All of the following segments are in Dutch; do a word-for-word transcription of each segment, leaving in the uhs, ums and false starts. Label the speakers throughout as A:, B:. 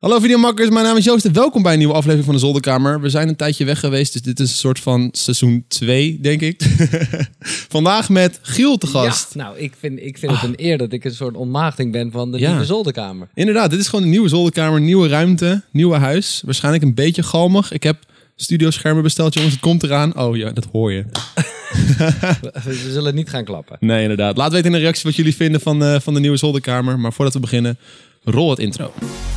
A: Hallo videomakkers, mijn naam is Joost en welkom bij een nieuwe aflevering van de Zolderkamer. We zijn een tijdje weg geweest, dus dit is een soort van seizoen twee, denk ik. Vandaag met Giel te gast.
B: Ja, nou, ik vind, ik vind ah. het een eer dat ik een soort ontmaagding ben van de
A: ja.
B: nieuwe Zolderkamer.
A: Inderdaad, dit is gewoon een nieuwe Zolderkamer, nieuwe ruimte, nieuwe huis. Waarschijnlijk een beetje galmig. Ik heb studioschermen besteld, jongens, het komt eraan. Oh ja, dat hoor je.
B: We zullen niet gaan klappen.
A: Nee, inderdaad. Laat weten in de reactie wat jullie vinden van, uh, van de nieuwe Zolderkamer. Maar voordat we beginnen, rol het intro.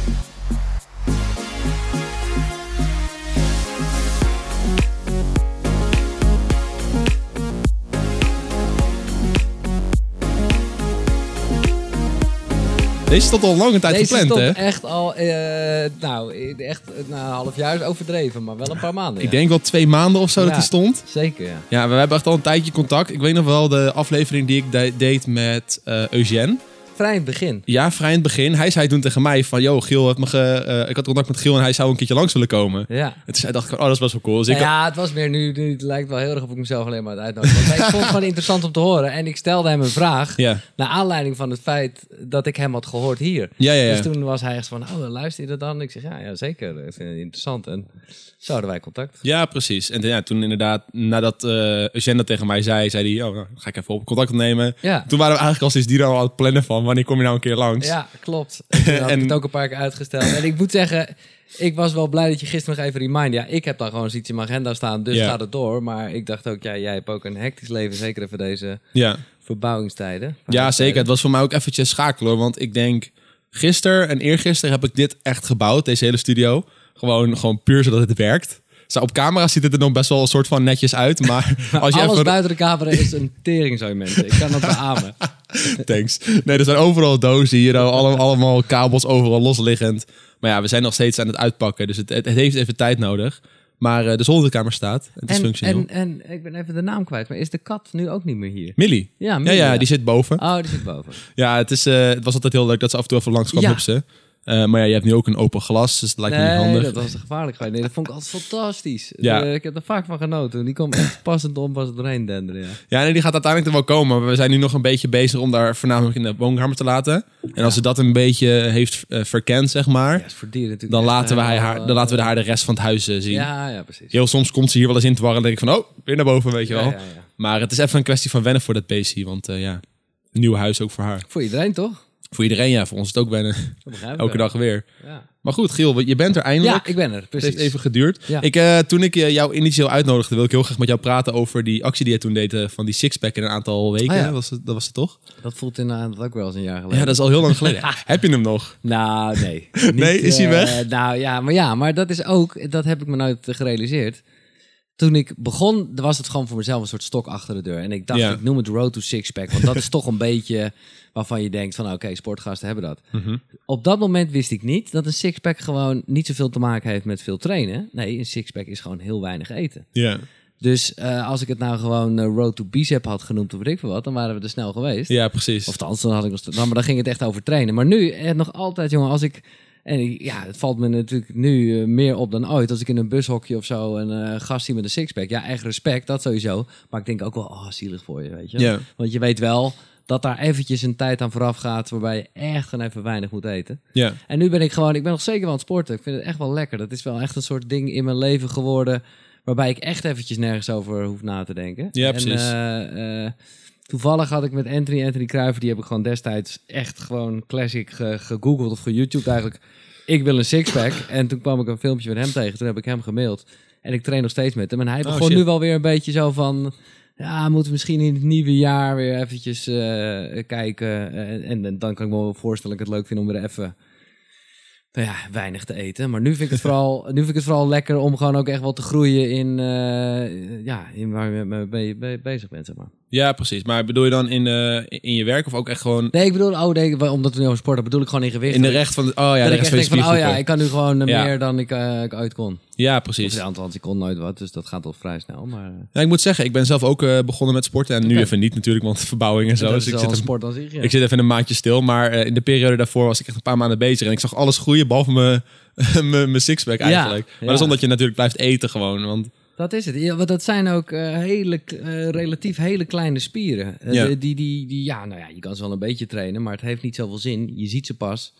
A: Deze stond al lang een tijd
B: Deze
A: gepland, hè?
B: Deze stond echt al, uh, nou, echt na een half jaar is overdreven, maar wel een paar maanden.
A: Ik
B: ja.
A: denk wel twee maanden of zo ja, dat die stond.
B: Zeker, ja.
A: Ja, we hebben echt al een tijdje contact. Ik weet nog wel de aflevering die ik de- deed met uh, Eugène.
B: Vrij in het begin.
A: Ja, vrij in het begin. Hij zei toen tegen mij van, yo, Giel heeft me ge, uh, ik had contact met Giel en hij zou een keertje langs willen komen.
B: Ja.
A: En toen dacht ik, oh, dat is best wel cool. Dus ik
B: ja, had... het was meer nu, nu, het lijkt wel heel erg of ik mezelf alleen maar uitnodig. Want ik vond het gewoon interessant om te horen. En ik stelde hem een vraag, ja. naar aanleiding van het feit dat ik hem had gehoord hier.
A: Ja, ja, ja.
B: Dus toen was hij echt van, oh, luister je dat dan? Ik zeg, ja, ja zeker. Ik vind het interessant. En zo hadden wij contact.
A: Ja, precies. En ja, toen inderdaad, nadat uh, Eugène dat tegen mij zei, zei hij, oh, nou, ga ik even op contact opnemen. Ja. Toen waren we eigenlijk al sinds die dan al aan het plannen van, wanneer kom je nou een keer langs?
B: Ja, klopt. En toen had ik het ook een paar keer uitgesteld. En ik moet zeggen, ik was wel blij dat je gisteren nog even remind. Ja, ik heb dan gewoon zoiets in mijn agenda staan, dus ja. gaat het door. Maar ik dacht ook, ja, jij hebt ook een hectisch leven, zeker even deze ja. verbouwingstijden.
A: Ja, zeker. Het was voor mij ook eventjes schakelen, want ik denk, gisteren en eergisteren heb ik dit echt gebouwd, deze hele studio. Gewoon, gewoon puur zodat het werkt. Zo, op camera ziet het er nog best wel een soort van netjes uit, maar... als je
B: alles
A: even...
B: buiten de camera is een tering, zou je mensen. Ik kan dat beamen.
A: Thanks. Nee, er zijn overal dozen hier, allemaal, allemaal kabels overal losliggend. Maar ja, we zijn nog steeds aan het uitpakken, dus het, het heeft even tijd nodig. Maar uh, de zolderkamer staat, het is
B: en,
A: functioneel.
B: En, en ik ben even de naam kwijt, maar is de kat nu ook niet meer hier?
A: Millie.
B: Ja, Millie,
A: ja, ja,
B: ja,
A: die zit boven.
B: Oh, die zit boven.
A: Ja, het, is, uh, het was altijd heel leuk dat ze af en toe even langs kwam hupsen. Ja. Uh, maar ja, je hebt nu ook een open glas, dus het lijkt
B: nee,
A: me niet handig.
B: Nee, dat was gevaarlijk geweest. Nee, dat vond ik altijd fantastisch. Ja. Uh, ik heb er vaak van genoten. Die kwam echt passend om, was het doorheen denderen. Ja,
A: ja nee, die gaat uiteindelijk er wel komen. Maar we zijn nu nog een beetje bezig om daar voornamelijk in de woonkamer te laten. En ja. als ze dat een beetje heeft uh, verkend, zeg maar,
B: ja, voor dieren natuurlijk
A: dan, laten we haar, dan laten we haar de rest van het huis uh, zien.
B: Ja, ja, precies.
A: Heel soms komt ze hier wel eens in te warren en denk ik van, oh, weer naar boven, weet je wel.
B: Ja, ja, ja.
A: Maar het is even een kwestie van wennen voor dat beestje. Want uh, ja, een nieuw huis ook voor haar.
B: Voor iedereen, toch?
A: Voor iedereen, ja. Voor ons is het ook wennen. Elke dag weer.
B: Ja.
A: Maar goed, Giel, je bent er eindelijk.
B: Ja, ik ben er, precies.
A: Het heeft even geduurd.
B: Ja.
A: Ik, uh, toen ik uh, jou initieel uitnodigde, wil ik heel graag met jou praten over die actie die je toen deed uh, van die sixpack in een aantal weken.
B: Ah, ja.
A: was het, dat was het toch?
B: Dat voelt inderdaad ook wel eens een jaar geleden.
A: Ja, dat is al heel lang geleden. Heb je hem nog?
B: Nou, nee. Niet,
A: nee, is hij uh, weg?
B: Nou ja, maar ja, maar dat is ook, dat heb ik me nooit gerealiseerd. Toen ik begon, was het gewoon voor mezelf een soort stok achter de deur. En ik dacht, ja. ik noem het Road to Sixpack. Want dat is toch een beetje waarvan je denkt van, oké, okay, sportgasten hebben dat. Mm-hmm. Op dat moment wist ik niet dat een sixpack gewoon niet zoveel te maken heeft met veel trainen. Nee, een sixpack is gewoon heel weinig eten.
A: Ja.
B: Dus uh, als ik het nou gewoon uh, Road to Bicep had genoemd of weet ik veel wat, dan waren we er snel geweest.
A: Ja, precies.
B: Of althans, dan had ik nog, dan, maar dan ging het echt over trainen. Maar nu, eh, nog altijd, jongen, als ik... En ja, het valt me natuurlijk nu uh, meer op dan ooit. Als ik in een bushokje of zo een uh, gast zie met een sixpack. Ja, echt respect, dat sowieso. Maar ik denk ook wel, oh, zielig voor je, weet je.
A: Yeah.
B: Want je weet wel dat daar eventjes een tijd aan vooraf gaat waarbij je echt gewoon even weinig moet eten.
A: Yeah.
B: En nu ben ik gewoon, ik ben nog zeker wel aan het sporten. Ik vind het echt wel lekker. Dat is wel echt een soort ding in mijn leven geworden waarbij ik echt eventjes nergens over hoef na te denken.
A: Ja,
B: en,
A: precies.
B: Uh, uh, Toevallig had ik met Anthony, Anthony Kruijver, die heb ik gewoon destijds echt gewoon classic ge- gegoogeld of geYouTubed eigenlijk. Ik wil een sixpack. En toen kwam ik een filmpje met hem tegen. Toen heb ik hem gemaild. En ik train nog steeds met hem. En hij begon oh, nu wel weer een beetje zo van... Ja, moeten we misschien in het nieuwe jaar weer eventjes uh, kijken. Uh, en, en dan kan ik me wel voorstellen dat ik het leuk vind om weer even... Nou ja, weinig te eten. Maar nu vind ik het vooral, nu vind ik het vooral lekker om gewoon ook echt wel te groeien in, uh, ja, in waar je mee be- be- bezig bent, zeg maar.
A: Ja, precies. Maar bedoel je dan in, uh, in je werk of ook echt gewoon...
B: Nee, ik bedoel, oh nee, omdat we nu over sporten, bedoel ik gewoon in gewicht.
A: In de recht van... Oh ja,
B: dat
A: de
B: ik
A: recht
B: echt
A: van
B: denk van, oh ja, ik kan nu gewoon uh,
A: ja.
B: meer dan ik, uh, ik uit kon.
A: Ja, precies.
B: Of, althans, ik kon nooit wat, dus dat gaat al vrij snel. Maar...
A: Ja, ik moet zeggen, ik ben zelf ook uh, begonnen met sporten. En nu okay. even niet natuurlijk, want verbouwing en zo.
B: Dat
A: dus
B: is
A: ik
B: zit
A: zit,
B: een sport als ik, ja.
A: ik zit even een maandje stil. Maar uh, in de periode daarvoor was ik echt een paar maanden bezig. En ik zag alles groeien, behalve mijn... mijn sixpack eigenlijk. Ja, maar ja. dat is omdat je natuurlijk blijft eten gewoon. Want...
B: Dat is het. Ja, want dat zijn ook uh, hele, uh, relatief hele kleine spieren. Uh,
A: ja.
B: Die, die, die, die, ja, nou ja, je kan ze wel een beetje trainen, maar het heeft niet zoveel zin. Je ziet ze pas.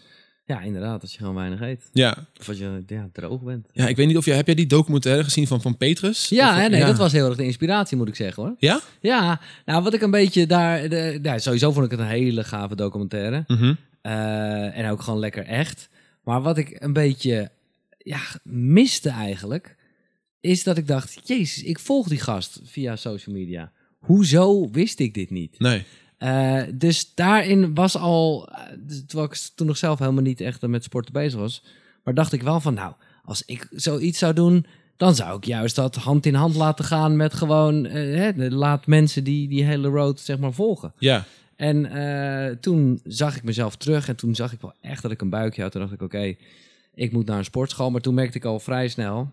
B: Ja, inderdaad, als je gewoon weinig eet.
A: Ja.
B: Of als je ja, droog bent.
A: Ja, ik weet niet of jij... Heb jij die documentaire gezien van, van Petrus?
B: Ja,
A: of,
B: hè, nee,
A: ja.
B: dat was heel erg de inspiratie, moet ik zeggen, hoor.
A: Ja?
B: Ja, nou, wat ik een beetje daar... De, ja, sowieso vond ik het een hele gave documentaire.
A: Mm-hmm.
B: Uh, en ook gewoon lekker echt. Maar wat ik een beetje ja, miste eigenlijk... is dat ik dacht... Jezus, ik volg die gast via social media. Hoezo wist ik dit niet?
A: Nee.
B: Uh, dus daarin was al... Uh, terwijl ik toen nog zelf helemaal niet echt met sporten bezig was... maar dacht ik wel van... nou, als ik zoiets zou doen... dan zou ik juist dat hand in hand laten gaan... met gewoon... Uh, hè, laat mensen die die hele road zeg maar volgen.
A: Ja.
B: En uh, toen zag ik mezelf terug... en toen zag ik wel echt dat ik een buikje had. Toen dacht ik, oké, okay, ik moet naar een sportschool. Maar toen merkte ik al vrij snel...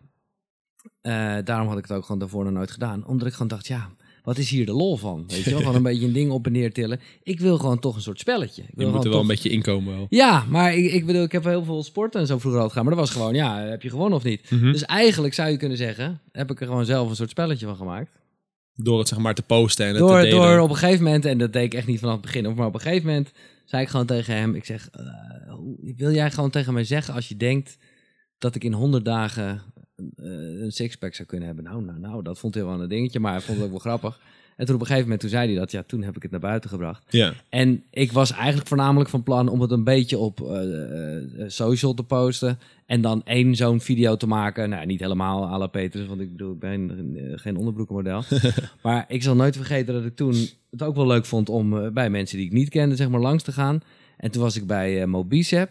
B: Uh, daarom had ik het ook gewoon daarvoor nog nooit gedaan. Omdat ik gewoon dacht, ja... wat is hier de lol van? Weet je wel, gewoon een beetje een ding op en neer tillen. Ik wil gewoon toch een soort spelletje. Ik wil
A: je moet er wel
B: toch...
A: een beetje inkomen wel.
B: Ja, maar ik, ik bedoel, ik heb heel veel sporten en zo vroeger al gedaan. Maar dat was gewoon, ja, heb je gewonnen of niet?
A: Mm-hmm.
B: Dus eigenlijk zou je kunnen zeggen, heb ik er gewoon zelf een soort spelletje van gemaakt.
A: Door het zeg maar te posten en het
B: door,
A: te delen.
B: Door op een gegeven moment, en dat deed ik echt niet vanaf het begin, maar op een gegeven moment zei ik gewoon tegen hem, ik zeg, uh, wil jij gewoon tegen mij zeggen als je denkt dat ik in honderd dagen uh, een sixpack zou kunnen hebben? Nou, nou, nou, dat vond hij wel een dingetje, maar hij vond het ook wel grappig. En toen op een gegeven moment, toen zei hij dat, ja, toen heb ik het naar buiten gebracht.
A: Ja.
B: En ik was eigenlijk voornamelijk van plan om het een beetje op uh, uh, social te posten. En dan één zo'n video te maken. Nou, niet helemaal à la Petrus, want ik bedoel, ik ben uh, geen onderbroekenmodel. Maar ik zal nooit vergeten dat ik toen het ook wel leuk vond om uh, bij mensen die ik niet kende, zeg maar, langs te gaan. En toen was ik bij uh, Mobicep.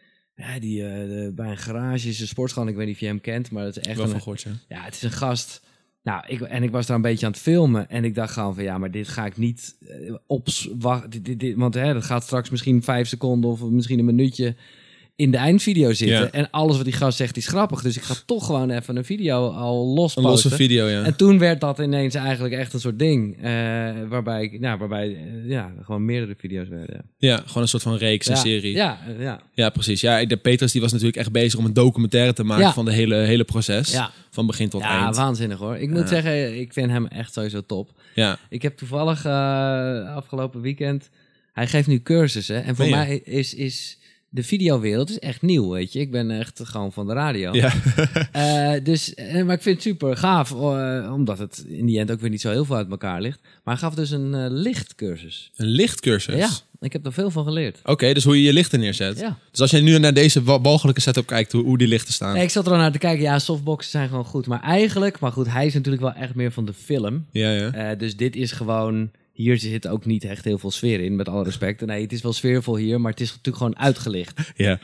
B: Ja, die uh, de, bij een garage is een sportschool. Ik weet niet of je hem kent, maar het is echt
A: wel
B: een...
A: van gehoord, ja.
B: Ja, het is een gast... Nou, ik, en ik was daar een beetje aan het filmen. En ik dacht gewoon van, ja, maar dit ga ik niet uh, op... Dit, dit, dit, want hè, dat gaat straks misschien vijf seconden of misschien een minuutje in de eindvideo zitten.
A: Ja.
B: En alles wat die gast zegt is grappig. Dus ik ga toch gewoon even een video al los
A: Een
B: posten.
A: losse video, ja.
B: En toen werd dat ineens eigenlijk echt een soort ding. Uh, waarbij ik, nou, waarbij uh, ja, gewoon meerdere video's werden. Ja,
A: ja, gewoon een soort van reeks, een
B: ja,
A: serie.
B: Ja, ja.
A: Ja, precies. Ja, de Petrus die was natuurlijk echt bezig om een documentaire te maken
B: Ja.
A: van de hele, hele proces.
B: Ja.
A: Van begin tot
B: Ja,
A: eind.
B: waanzinnig hoor. Ik moet
A: Ja.
B: zeggen, ik vind hem echt sowieso top.
A: Ja.
B: Ik heb toevallig uh, afgelopen weekend... Hij geeft nu cursussen. En voor
A: Oh, ja.
B: mij is, is de videowereld is echt nieuw, weet je. Ik ben echt gewoon van de radio.
A: Ja.
B: uh, dus, uh, maar ik vind het super gaaf. Uh, omdat het in die end ook weer niet zo heel veel uit elkaar ligt. Maar hij gaf dus een uh, lichtcursus.
A: Een lichtcursus?
B: Ja, ik heb er veel van geleerd.
A: Oké, okay, dus hoe je je lichten neerzet.
B: Ja.
A: Dus als je nu naar deze walgelijke setup kijkt, hoe, hoe die lichten staan.
B: Nee, ik zat er al naar te kijken. Ja, softboxen zijn gewoon goed. Maar eigenlijk, maar goed, hij is natuurlijk wel echt meer van de film.
A: Ja, ja.
B: Uh, dus dit is gewoon... Hier zit ook niet echt heel veel sfeer in, met alle respect. Nee, het is wel sfeervol hier, maar het is natuurlijk gewoon uitgelicht.
A: Ja.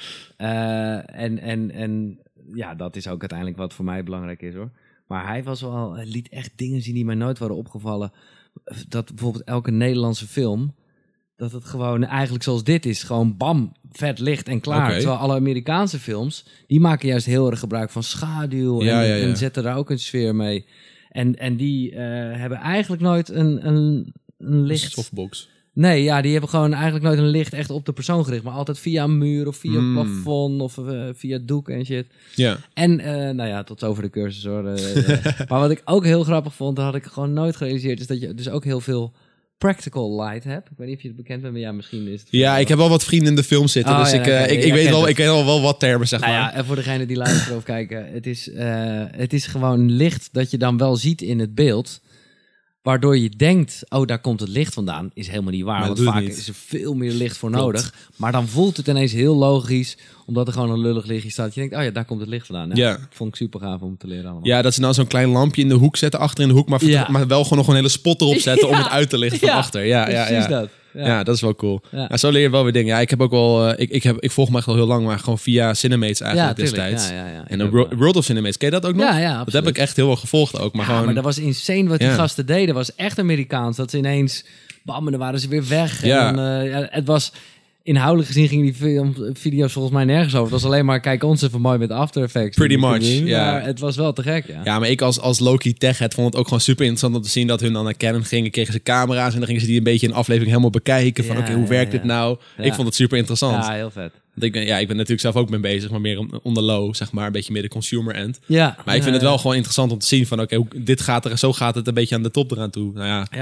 B: Uh, en, en, en ja, dat is ook uiteindelijk wat voor mij belangrijk is, hoor. Maar hij was wel, hij liet echt dingen zien die mij nooit waren opgevallen. Dat bijvoorbeeld elke Nederlandse film, dat het gewoon eigenlijk zoals dit is. Gewoon bam, vet licht en klaar.
A: Okay.
B: Terwijl alle Amerikaanse films, die maken juist heel erg gebruik van schaduw.
A: Ja,
B: en,
A: ja, ja.
B: en zetten daar ook een sfeer mee. En, en die uh, hebben eigenlijk nooit een, een, een licht...
A: Softbox.
B: Nee, ja, die hebben gewoon eigenlijk nooit een licht echt op de persoon gericht. Maar altijd via een muur of via
A: Mm.
B: het plafond of uh, via doek en shit.
A: Ja.
B: En, uh, nou ja, tot over de cursus hoor. Uh, uh, maar wat ik ook heel grappig vond, dat had ik gewoon nooit gerealiseerd, is dat je dus ook heel veel practical light hebt. Ik weet niet of je het bekend bent, maar ja, misschien is het...
A: Ja, ik heb wel wat vrienden in de film zitten,
B: Oh,
A: dus
B: ja,
A: ik, uh,
B: oké,
A: ik,
B: ja,
A: ik, weet
B: kent
A: wel,
B: het.
A: ik ken al wel wat termen, zeg
B: Nou
A: maar.
B: ja, en voor degene die luisteren of kijken, het is, uh, het is gewoon licht dat je dan wel ziet in het beeld, waardoor je denkt, oh, daar komt het licht vandaan, is helemaal niet waar.
A: Maar
B: Want
A: dat doet
B: vaak
A: het niet.
B: is er veel meer licht voor
A: Klopt.
B: nodig. Maar dan voelt het ineens heel logisch, omdat er gewoon een lullig lichtje staat. Je denkt, oh ja, daar komt het licht vandaan. Nou,
A: Ja.
B: dat vond ik super gaaf om te leren allemaal.
A: Ja, dat ze dan zo'n klein lampje in de hoek zetten, achter in de hoek, maar,
B: Ja.
A: maar wel gewoon nog een hele spot erop zetten om
B: Ja.
A: het uit te lichten van
B: Ja.
A: achter. Ja, ja,
B: Precies
A: ja.
B: dat.
A: Ja.
B: Ja.
A: dat is wel cool.
B: Ja.
A: Ja, zo leer je wel weer dingen. Ja, ik heb ook wel, uh, ik, ik, heb, ik volg me echt al heel lang, maar gewoon via Cinemates eigenlijk
B: Ja, tuurlijk.
A: destijds.
B: Ja, ja, ja.
A: En
B: Ik
A: de
B: ook
A: World, World of Cinemates, ken je dat ook nog?
B: Ja, ja,
A: dat heb
B: absoluut.
A: ik echt heel wel gevolgd ook. Maar
B: Ja,
A: gewoon,
B: maar dat was insane wat die
A: Ja.
B: gasten deden. Dat was echt Amerikaans. Dat ze ineens, bam, en dan waren ze weer weg.
A: Ja.
B: En dan, uh, ja, het was, inhoudelijk gezien gingen die film, video's volgens mij nergens over. Het was alleen maar, kijk ons even mooi met After Effects.
A: Pretty
B: doen,
A: much,
B: doen.
A: ja.
B: Maar het was wel te gek, ja.
A: ja, maar ik als, als Loki Techhead vond het ook gewoon super interessant om te zien dat hun dan naar Canon gingen, kregen ze camera's en dan gingen ze die een beetje in een aflevering helemaal bekijken van
B: Ja,
A: oké, hoe
B: ja,
A: werkt
B: ja.
A: dit nou?
B: Ja.
A: Ik vond het super interessant.
B: Ja, heel vet.
A: Want ik ben, ja, ik ben natuurlijk zelf ook mee bezig, maar meer on, on the low, zeg maar, een beetje meer de consumer end.
B: Ja.
A: Maar ik vind
B: uh,
A: het wel gewoon interessant om te zien van oké, hoe dit gaat er, zo gaat het een beetje aan de top eraan toe. Nou ja,
B: Ja.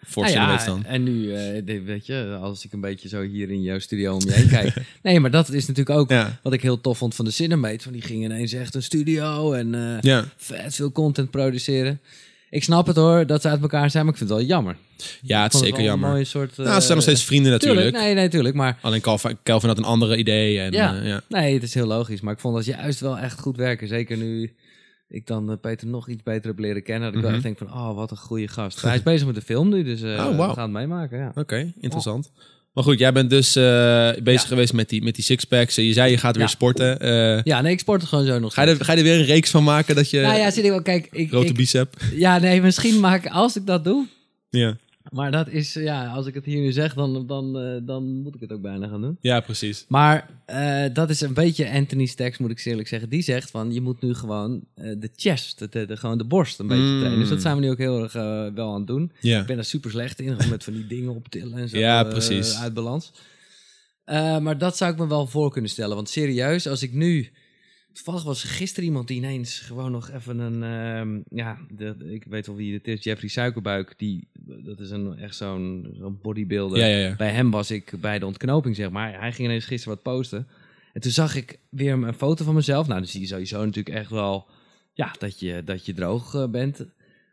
A: Voor
B: Nou
A: silhouettes
B: ja,
A: dan.
B: en nu, uh, de, weet je, als ik een beetje zo hier in jouw studio om je heen kijk. Nee, maar dat is natuurlijk ook
A: Ja.
B: wat ik heel tof vond van de Cinemate. Van die gingen ineens echt een studio en uh,
A: Ja.
B: vet veel content produceren. Ik snap het hoor, dat ze uit elkaar zijn, maar ik vind het wel jammer.
A: Ja, het is zeker jammer.
B: Een mooie soort, uh,
A: nou, ze zijn nog steeds vrienden natuurlijk.
B: Tuurlijk, nee, nee, tuurlijk, maar...
A: Alleen Calvin, Calvin had een andere idee. En,
B: Ja,
A: uh, ja,
B: nee, het is heel logisch. Maar ik vond dat juist wel echt goed werken. Zeker nu ik dan uh, Peter nog iets beter heb leren kennen. Dat ik
A: Mm-hmm.
B: wel echt denk van, oh, wat een goede gast. Hij is bezig met de film nu, dus uh,
A: Oh, wow.
B: we gaan het meemaken, ja.
A: Oké, okay, interessant. Oh. Maar goed, jij bent dus uh, bezig ja. geweest met die, met die sixpacks. Je zei, je gaat weer ja. sporten. Uh,
B: ja, nee, ik sport er gewoon zo nog
A: ga je, er, ga je er weer een reeks van maken dat je...
B: Nou ja, zit ik wel, kijk... Ik,
A: grote
B: ik,
A: bicep.
B: Ja, nee, misschien maak als ik dat doe...
A: Ja.
B: Maar dat is, ja, als ik het hier nu zeg, dan, dan, uh, dan moet ik het ook bijna gaan doen.
A: Ja, precies.
B: Maar uh, dat is een beetje Anthony's tekst, moet ik eerlijk zeggen. Die zegt van, je moet nu gewoon uh, de chest, de, de, de, gewoon de borst een beetje mm. trainen. Dus dat zijn we nu ook heel erg uh, wel aan het doen.
A: Ja.
B: Ik ben daar super slecht in, gewoon met van die dingen optillen en zo.
A: Ja, precies.
B: Uh, uit balans. Uh, maar dat zou ik me wel voor kunnen stellen. Want serieus, als ik nu... Toevallig was er gisteren iemand die ineens gewoon nog even een... Uh, ja, de, ik weet wel wie het is. Jeffrey Suikerbuik. Die, dat is een, echt zo'n, zo'n bodybuilder.
A: Ja, ja, ja.
B: Bij hem was ik bij de ontknoping, zeg maar. Hij ging ineens gisteren wat posten. En toen zag ik weer een foto van mezelf. Nou, dan zie je sowieso natuurlijk echt wel... Ja, dat je, dat je droog uh, bent.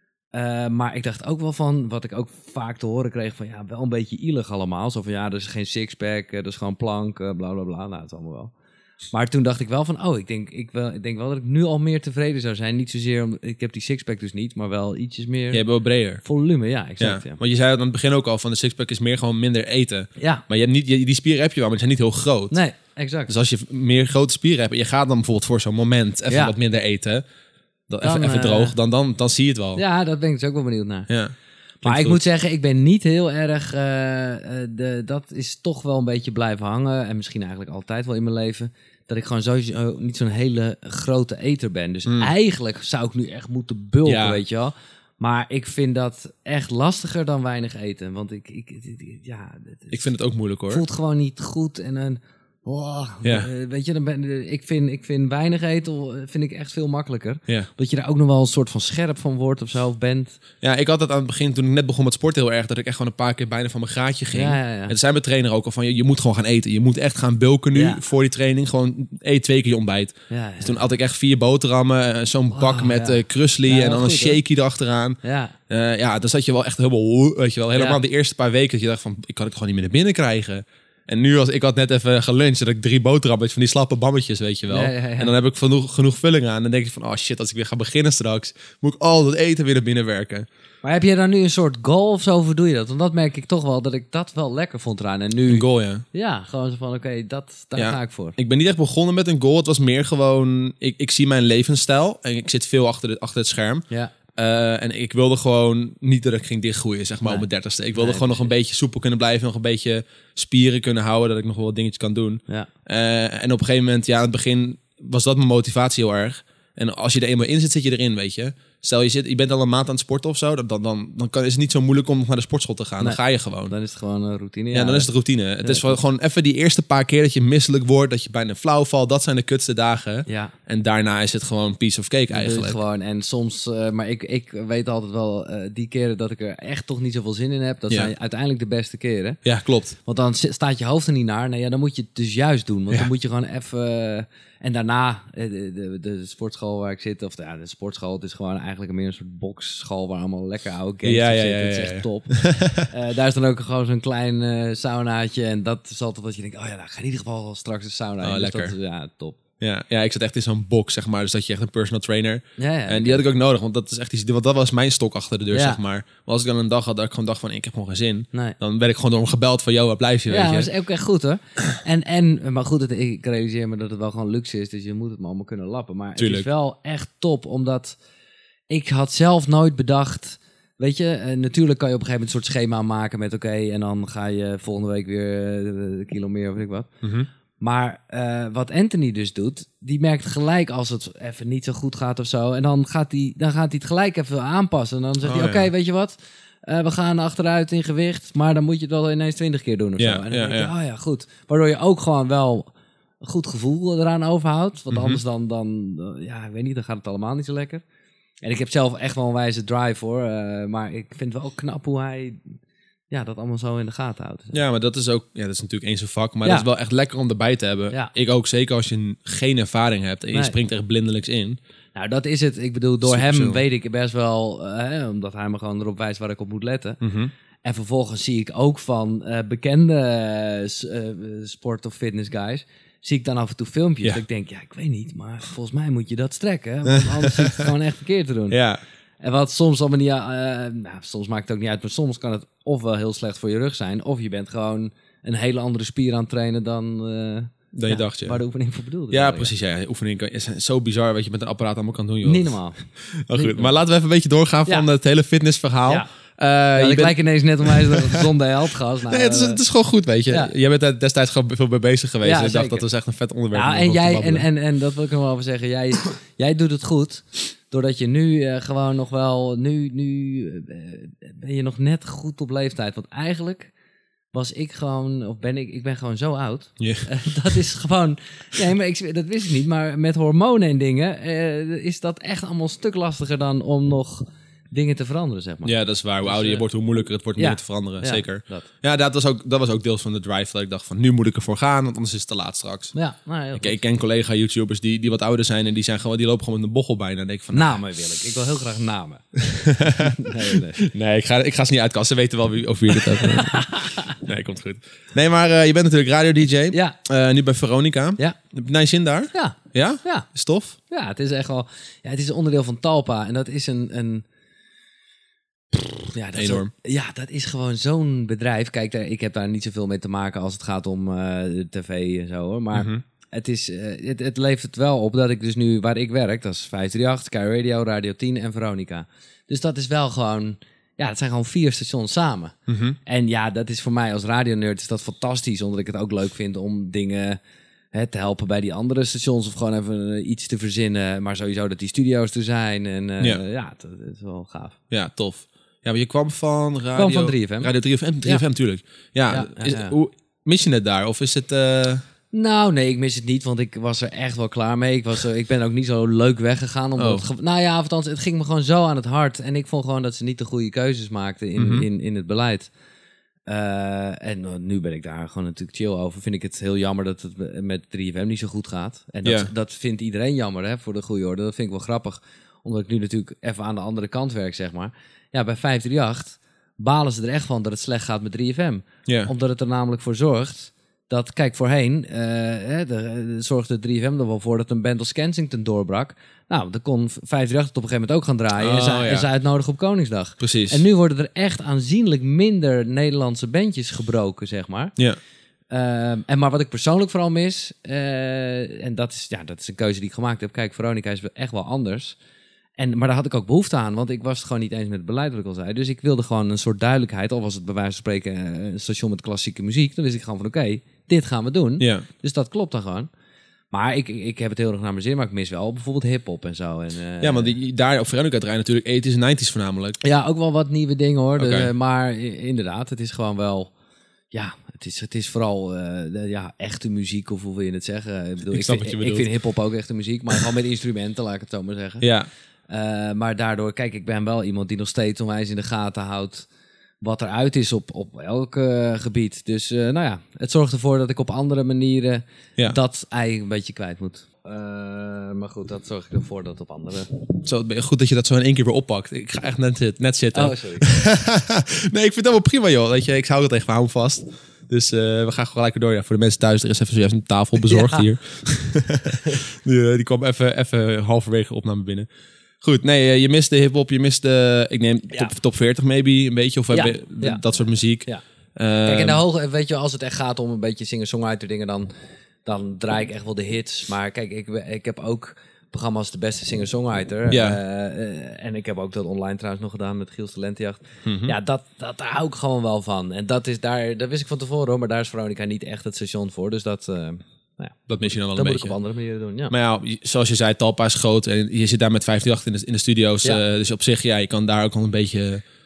B: Uh, maar ik dacht ook wel van... Wat ik ook vaak te horen kreeg van... Ja, wel een beetje ielig allemaal. Zo van, ja, er is geen sixpack. Er is gewoon plank, uh, bla, bla, bla. Nou, het is allemaal wel... Maar toen dacht ik wel van, oh, ik denk, ik, wel, ik denk wel dat ik nu al meer tevreden zou zijn. Niet zozeer, om, ik heb die sixpack dus niet, maar wel ietsjes meer...
A: Je hebt wel breder.
B: Volume, ja, exact.
A: Ja.
B: Ja.
A: Want je zei aan het begin ook al van de sixpack is meer gewoon minder eten.
B: Ja.
A: Maar je hebt niet, je, die spieren heb je wel, maar die zijn niet heel groot.
B: Nee, exact.
A: Dus als je meer grote spieren hebt en je gaat dan bijvoorbeeld voor zo'n moment even ja. wat minder eten, dan, dan, even, even droog, uh, dan, dan, dan zie je het wel.
B: Ja, dat ben ik dus ook wel benieuwd naar.
A: Ja.
B: Maar ik goed. moet zeggen, ik ben niet heel erg... Uh, uh, de, dat is toch wel een beetje blijven hangen. En misschien eigenlijk altijd wel in mijn leven. Dat ik gewoon sowieso niet zo'n hele grote eter ben. Dus mm. eigenlijk zou ik nu echt moeten bulken, ja. weet je wel. Maar ik vind dat echt lastiger dan weinig eten. Want ik... ik, ik ja, het,
A: ik vind het ook moeilijk, hoor.
B: Het voelt gewoon niet goed. En dan... Oh,
A: ja.
B: uh, weet je, dan ben, ik, vind, ik vind weinig eten vind ik echt veel makkelijker.
A: Ja.
B: Dat je daar ook nog wel een soort van scherp van wordt of zo, of bent.
A: Ja, ik had het aan het begin, toen ik net begon met sporten heel erg, dat ik echt gewoon een paar keer bijna van mijn graadje ging.
B: Ja, ja, ja.
A: En toen zei mijn trainer ook al van, je, je moet gewoon gaan eten. Je moet echt gaan bulken nu ja. voor die training. Gewoon eet twee keer je ontbijt.
B: Ja, ja.
A: Dus toen had ik echt vier boterhammen, zo'n wow, bak met ja. uh, krusli ja, en dan goed, een shakie hè? Erachteraan.
B: Ja.
A: Uh, ja, dan zat je wel echt helemaal, weet je wel, helemaal
B: ja.
A: de eerste paar weken dat je dacht van, ik kan het gewoon niet meer naar binnen krijgen. En nu, als ik had net even geluncht, dat ik drie boterhammetjes van die slappe bammetjes, weet je wel.
B: Ja, ja, ja.
A: En dan heb ik genoeg, genoeg vulling aan. En dan denk ik van, oh shit, als ik weer ga beginnen straks, moet ik al dat eten weer naar binnen werken.
B: Maar heb je dan nu een soort goal of zo, of hoe doe je dat? Want dat merk ik toch wel, dat ik dat wel lekker vond eraan. En nu...
A: Een goal, ja.
B: Ja, gewoon zo van, oké, okay, dat daar ja. ga ik voor.
A: Ik ben niet echt begonnen met een goal. Het was meer gewoon, ik, ik zie mijn levensstijl. En ik zit veel achter, de, achter het scherm.
B: Ja.
A: Uh, en ik wilde gewoon niet dat ik ging dichtgroeien, zeg maar, nee. op mijn dertigste. Ik wilde nee, gewoon nog een beetje soepel kunnen blijven, nog een beetje spieren kunnen houden, dat ik nog wel wat dingetjes kan doen.
B: Ja.
A: Uh, en op een gegeven moment, ja, aan het begin was dat mijn motivatie heel erg. En als je er eenmaal in zit, zit je erin, weet je. Stel, je, zit, je bent al een maand aan het sporten of zo, dan, dan, dan kan, is het niet zo moeilijk om nog naar de sportschool te gaan. Nee. Dan ga je gewoon.
B: Dan is het gewoon een routine.
A: Ja, ja dan is het routine. Ja, het is ja. gewoon even die eerste paar keer dat je misselijk wordt, dat je bijna flauw valt. Dat zijn de kutste dagen.
B: Ja.
A: En daarna is het gewoon piece of cake eigenlijk.
B: Gewoon. En soms, uh, maar ik, ik weet altijd wel, uh, die keren dat ik er echt toch niet zoveel zin in heb, dat ja. zijn uiteindelijk de beste keren.
A: Ja, klopt.
B: Want dan staat je hoofd er niet naar. Nee, ja, dan moet je het dus juist doen. Want ja. dan moet je gewoon even... Uh, En daarna, de, de, de sportschool waar ik zit, of de, ja, de sportschool, het is gewoon eigenlijk meer een soort boxschool waar allemaal lekker oude games
A: ja, ja,
B: zitten.
A: ja, ja,
B: Het is
A: ja.
B: echt top. uh, daar is dan ook gewoon zo'n klein uh, saunaatje en dat is altijd wat je denkt, oh ja, nou, ik ga in ieder geval straks een sauna.
A: Oh,
B: dus
A: lekker.
B: Dat is, ja, top.
A: Ja, ja, ik zat echt in zo'n box, zeg maar. Dus dat je echt een personal trainer.
B: Ja, ja,
A: en die had ik ook nodig, want dat is echt iets. Want dat was mijn stok achter de deur,
B: ja.
A: zeg maar. Maar als ik dan een dag had dat ik gewoon dacht van, ik heb gewoon geen zin.
B: Nee.
A: Dan werd ik gewoon door hem gebeld van, yo, waar blijf je,
B: ja,
A: weet je.
B: Ja, dat is ook echt goed, hoor. en, en, maar goed, het, ik realiseer me dat het wel gewoon luxe is, dus je moet het maar allemaal kunnen lappen. Maar
A: Tuurlijk.
B: Het is wel echt top, omdat ik had zelf nooit bedacht... Weet je, uh, natuurlijk kan je op een gegeven moment een soort schema maken met oké, okay, en dan ga je volgende week weer uh, een kilo meer of weet ik wat.
A: Mm-hmm.
B: Maar uh, wat Anthony dus doet, die merkt gelijk als het even niet zo goed gaat of zo. En dan gaat hij, dan gaat hij het gelijk even aanpassen. En dan zegt
A: oh,
B: hij, oké, okay,
A: ja.
B: weet je wat? Uh, we gaan achteruit in gewicht, maar dan moet je het wel ineens twintig keer doen of
A: ja,
B: zo. En dan
A: ja,
B: denk je,
A: ja.
B: oh ja, goed. Waardoor je ook gewoon wel een goed gevoel eraan overhoudt. Want mm-hmm. anders dan, dan, ja, ik weet niet, dan gaat het allemaal niet zo lekker. En ik heb zelf echt wel een wijze drive hoor. Uh, maar ik vind het wel knap hoe hij ja, dat allemaal zo in de gaten houdt.
A: Ja, maar dat is ook, ja, dat is natuurlijk één zo'n vak. Maar
B: ja.
A: dat is wel echt lekker om erbij te hebben.
B: Ja.
A: Ik ook, zeker als je geen ervaring hebt en je
B: nee.
A: springt er blindelings in.
B: Nou, dat is het. Ik bedoel, door
A: Super
B: hem
A: zo.
B: weet ik best wel, uh, omdat hij me gewoon erop wijst waar ik op moet letten.
A: Mm-hmm.
B: En vervolgens zie ik ook van uh, bekende uh, sport- of fitness guys, zie ik dan af en toe filmpjes.
A: Ja.
B: Dat ik denk, ja, ik weet niet, maar volgens mij moet je dat strekken. Want anders zit het gewoon echt verkeerd te doen.
A: Ja.
B: En wat soms allemaal niet, uh, nou, soms maakt het ook niet uit, maar soms kan het ofwel heel slecht voor je rug zijn, of je bent gewoon een hele andere spier aan het trainen dan, uh,
A: dan je
B: ja,
A: dacht, ja.
B: waar de oefening voor bedoeld is.
A: Ja, precies. Ja. Oefeningen is zo bizar wat je met een apparaat allemaal kan doen, joh.
B: Niet normaal.
A: Oh, goed. Maar laten we even een beetje doorgaan van ja. het hele fitnessverhaal.
B: Ja.
A: Uh,
B: ja,
A: je
B: ik
A: bent...
B: lijk ineens net om mij een gezonde heldgast. Nou,
A: nee, het is, het is gewoon goed, weet je. Ja. Jij bent destijds gewoon veel mee bezig geweest. Ja, ik dacht, dat was echt een vet onderwerp.
B: Ja, en, jij, en, en, en dat wil ik nog wel even zeggen. Jij, jij doet het goed. Doordat je nu uh, gewoon nog wel... Nu, nu uh, ben je nog net goed op leeftijd. Want eigenlijk was ik gewoon... Of ben ik... Ik ben gewoon zo oud.
A: Yeah.
B: Uh, dat is gewoon... Nee, maar ik, dat wist ik niet. Maar met hormonen en dingen... Uh, is dat echt allemaal een stuk lastiger dan om nog... dingen te veranderen, zeg maar.
A: Ja, dat is waar. Hoe
B: dus,
A: ouder je
B: uh,
A: wordt, hoe moeilijker het wordt om
B: ja,
A: dingen te veranderen.
B: Ja,
A: Zeker.
B: Dat.
A: Ja, dat was, ook, dat was ook deels van de drive. Dat ik dacht van, nu moet ik ervoor gaan, want anders is het te laat straks.
B: Ja, nou,
A: ik, ik ken collega-YouTubers die, die wat ouder zijn en die, zijn gewoon, die lopen gewoon met een bochel bijna. Dan denk ik van,
B: namen wil ik. Ik wil heel graag namen.
A: nee, nee. nee ik, ga, ik ga ze niet uitkasten. Ze weten wel wie, over wie dit hebt. Nee, komt goed. Nee, maar uh, je bent natuurlijk radio-D J.
B: Ja.
A: Uh, nu bij Veronica.
B: Ja.
A: Heb je naar je zin daar?
B: Ja.
A: Ja?
B: Ja.
A: Is tof?
B: Ja, het is echt wel... Ja, het is een onderdeel van Talpa. En dat is een... een ja, dat
A: enorm.
B: Is, ja, dat is gewoon zo'n bedrijf. Kijk, daar, ik heb daar niet zoveel mee te maken als het gaat om uh, de tv en zo, hoor. Maar
A: mm-hmm.
B: het, is, uh, het, het levert het wel op dat ik dus nu, waar ik werk, dat is vijf drie acht, Sky Radio, Radio tien en Veronica. Dus dat is wel gewoon... Ja, het zijn gewoon vier stations samen.
A: Mm-hmm.
B: En ja, dat is voor mij als radionerd is dat fantastisch. Omdat ik het ook leuk vind om dingen hè, te helpen bij die andere stations. Of gewoon even uh, iets te verzinnen. Maar sowieso dat die studio's er zijn. En uh, ja, ja dat, dat is wel gaaf.
A: Ja, tof. Ja, maar je kwam van radio...
B: kwam van drie F M.
A: Radio drie F M, drie F M, ja. Tuurlijk. Ja, ja, ja, is, ja. Hoe, mis je het daar? Of is het... Uh...
B: Nou, nee, ik mis het niet, want ik was er echt wel klaar mee. Ik, was, uh, ik ben ook niet zo leuk weggegaan. Omdat
A: oh.
B: het ge- nou ja, althans, het ging me gewoon zo aan het hart. En ik vond gewoon dat ze niet de goede keuzes maakten in, mm-hmm. in, in het beleid. Uh, en uh, nu ben ik daar gewoon natuurlijk chill over. Vind ik het heel jammer dat het met drie F M niet zo goed gaat. En dat,
A: ja.
B: dat vindt iedereen jammer, hè, voor de goede orde. Dat vind ik wel grappig. Omdat ik nu natuurlijk even aan de andere kant werk, zeg maar. Ja, bij vijf drie acht balen ze er echt van dat het slecht gaat met drie F M.
A: Ja.
B: Omdat het er namelijk voor zorgt dat, kijk, voorheen uh, de, de, zorgde drie F M er wel voor dat een band als Kensington doorbrak. Nou, dan kon vijf drie acht het op een gegeven moment ook gaan draaien.
A: Oh,
B: en, ze,
A: ja.
B: en ze uitnodigen op Koningsdag.
A: Precies.
B: En nu worden er echt aanzienlijk minder Nederlandse bandjes gebroken, zeg maar.
A: Ja.
B: Uh, en maar wat ik persoonlijk vooral mis, uh, en dat is, ja, dat is een keuze die ik gemaakt heb. Kijk, Veronica is echt wel anders. En, maar daar had ik ook behoefte aan, want ik was het gewoon niet eens met het beleid wat ik al zei. Dus ik wilde gewoon een soort duidelijkheid, al was het bij wijze van spreken een station met klassieke muziek. Dan wist ik gewoon van oké, okay, dit gaan we doen.
A: Ja.
B: Dus dat klopt dan gewoon. Maar ik, ik heb het heel erg naar mijn zin, maar ik mis wel bijvoorbeeld hip-hop en zo. En, uh,
A: ja, want die, daar op Veronica draaien natuurlijk eighties en nineties voornamelijk.
B: Ja, ook wel wat nieuwe dingen hoor.
A: Okay.
B: De, maar inderdaad, het is gewoon wel... Ja, het is, het is vooral uh, de, ja, echte muziek, of hoe wil je het zeggen? Ik, bedoel,
A: ik,
B: ik,
A: vind,
B: vind, ik vind hip-hop ook echte muziek, maar gewoon met instrumenten, laat ik het zo maar zeggen.
A: Ja.
B: Uh, maar daardoor, kijk, ik ben wel iemand die nog steeds onwijs in de gaten houdt wat eruit is op, op elk uh, gebied. Dus uh, nou ja, het zorgt ervoor dat ik op andere manieren ja. dat ei een beetje kwijt moet. Uh, maar goed, dat zorg ik ervoor dat op andere...
A: Zo, goed dat je dat zo in één keer weer oppakt. Ik ga echt net, net zitten.
B: Oh, sorry.
A: Nee, ik vind het wel prima, joh. Weet je, ik hou het echt van, hou vast. Dus uh, we gaan gewoon lekker door. Ja, voor de mensen thuis, er is even zojuist een tafel bezorgd ja. hier. die, uh, die kwam even, even halverwege op naar me binnen. Goed, nee, je mist de hip-hop, je mist de, ik neem top, ja. top veertig maybe, een beetje, of
B: ja.
A: be,
B: ja.
A: dat soort muziek.
B: Ja. Uh, Kijk, in de hoge, weet je, als het echt gaat om een beetje singer-songwriter dingen, dan, dan draai ik echt wel de hits. Maar kijk, ik, ik heb ook programma's De Beste Singer-Songwriter.
A: Ja.
B: Uh, uh, en ik heb ook dat online trouwens nog gedaan met Giels Talentenjacht.
A: Mm-hmm.
B: Ja, dat, dat, daar hou ik gewoon wel van. En dat is daar, dat wist ik van tevoren hoor, maar daar is Veronica niet echt het station voor. Dus dat... Uh, Nou ja,
A: dat mis je dan wel
B: dat
A: een
B: moet
A: beetje.
B: Ik op andere manieren doen, ja.
A: Maar ja, zoals je zei, Talpa is groot en je zit daar met vijf drie acht in de, in de studio's. Ja. Uh, dus op zich, ja, je kan daar ook al een beetje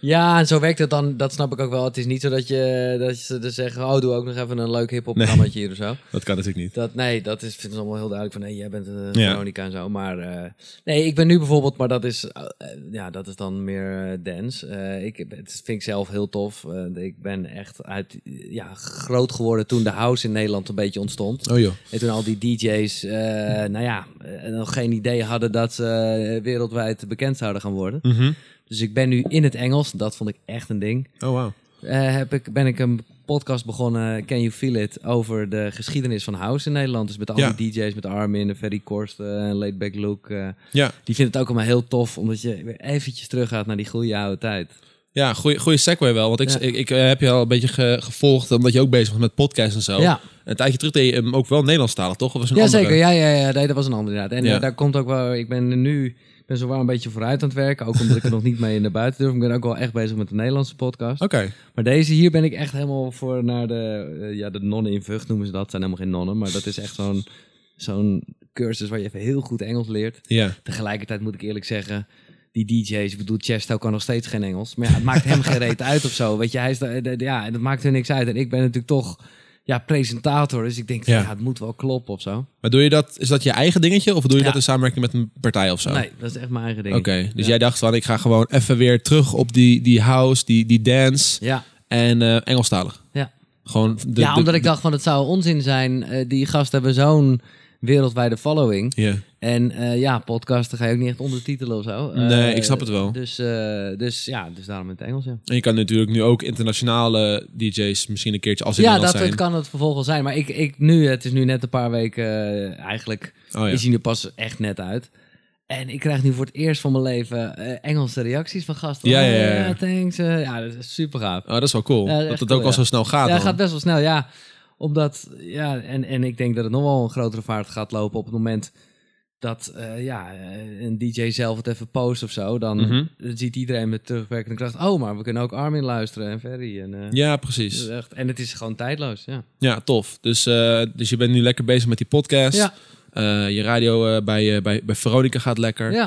B: Ja, en zo werkt het dan, dat snap ik ook wel. Het is niet zo dat je, dat ze dus zeggen, oh, doe ook nog even een leuk hip-hop programmaatje hier of zo.
A: Dat kan natuurlijk niet.
B: Dat, nee, dat is, vind ik allemaal heel duidelijk van, nee, jij bent een
A: Ja.
B: Veronica en zo. Maar uh, nee, ik ben nu bijvoorbeeld, maar dat is, uh, ja, dat is dan meer uh, dance. Uh, ik, het vind ik zelf heel tof. Uh, ik ben echt uit, ja, groot geworden toen de house in Nederland een beetje ontstond.
A: Oh joh.
B: En toen al die D J's, uh, nou ja, uh, nog geen idee hadden dat ze uh, wereldwijd bekend zouden gaan worden.
A: Mm-hmm.
B: Dus ik ben nu in het Engels. Dat vond ik echt een ding.
A: Oh wow.
B: Uh, heb ik, ben ik een podcast begonnen, Can You Feel It, over de geschiedenis van house in Nederland. Dus met al
A: Ja.
B: die D J's, met Armin, de Ferry Korsten, uh, Laidback Luke. Uh,
A: Ja.
B: Die vinden het ook allemaal heel tof, omdat je weer eventjes teruggaat naar die goede oude tijd.
A: Ja, goeie, goeie segue wel. Want ik,
B: Ja.
A: ik, ik uh, heb je al een beetje ge, gevolgd, omdat je ook bezig was met podcasts en zo.
B: Ja.
A: Een tijdje terug deed je hem ook wel Nederlandstalig, toch? Of was een
B: Ja,
A: andere?
B: zeker. Ja, ja, ja. Nee, dat was een ander inderdaad. En
A: Ja.
B: uh, daar komt ook wel, ik ben nu... Ik ben zo waar een beetje vooruit aan het werken. Ook omdat ik er nog niet mee naar buiten durf. Ik ben ook wel echt bezig met de Nederlandse podcast.
A: Oké. Okay.
B: Maar deze hier ben ik echt helemaal voor naar de... Uh, ja, de nonnen in Vught noemen ze dat. Het zijn helemaal geen nonnen. Maar dat is echt zo'n zo'n cursus waar je even heel goed Engels leert.
A: Ja.
B: Tegelijkertijd moet ik eerlijk zeggen... Die D J's, ik bedoel, Chesto kan nog steeds geen Engels. Maar ja, het maakt hem geen reet uit of zo. Weet je, hij is de, de, de, ja, dat maakt er niks uit. En ik ben natuurlijk toch... Ja, presentator. Dus ik denk, van,
A: Ja.
B: ja, het moet wel kloppen of zo.
A: Maar doe je dat, is dat je eigen dingetje? Of doe je
B: Ja.
A: dat in samenwerking met een partij of zo?
B: Nee, dat is echt mijn eigen ding.
A: Oké, okay, dus
B: ja.
A: jij dacht van, ik ga gewoon even weer terug op die, die house, die, die dance
B: Ja.
A: en uh, Engelstalig.
B: Ja.
A: Gewoon de,
B: ja,
A: de,
B: omdat ik
A: de,
B: dacht van, het zou onzin zijn. Uh, die gasten hebben zo'n wereldwijde following.
A: Yeah.
B: En uh, ja, podcasten ga je ook niet echt ondertitelen of zo. Uh,
A: nee, ik snap het wel.
B: Dus, uh, dus ja, dus daarom in het Engels, ja.
A: En je kan natuurlijk nu ook internationale D J's misschien een keertje als in
B: ja,
A: Nederland
B: dat
A: zijn.
B: het kan het vervolg wel zijn. Maar ik, ik nu, het is nu net een paar weken, uh, eigenlijk
A: oh, ja.
B: is hij nu pas echt net uit. En ik krijg nu voor het eerst van mijn leven uh, Engelse reacties van gasten.
A: Ja, ja, ja.
B: Oh, thanks. Uh, ja, dat is super gaaf.
A: Oh, dat is wel cool.
B: Ja,
A: dat het
B: cool,
A: ook al
B: ja.
A: zo snel gaat.
B: Ja,
A: dan.
B: het gaat best wel snel, ja. Omdat, ja, en, en ik denk dat het nog wel een grotere vaart gaat lopen op het moment dat, uh, ja, een D J zelf het even post of zo. Dan
A: Mm-hmm.
B: ziet iedereen met terugwerkende kracht, oh, maar we kunnen ook Armin luisteren en Ferry. En, uh,
A: ja, precies.
B: echt, en het is gewoon tijdloos, ja.
A: Ja, tof. Dus, uh, dus je bent nu lekker bezig met die podcast.
B: Ja.
A: Uh, je radio uh, bij, uh, bij, bij Veronica gaat lekker.
B: Ja.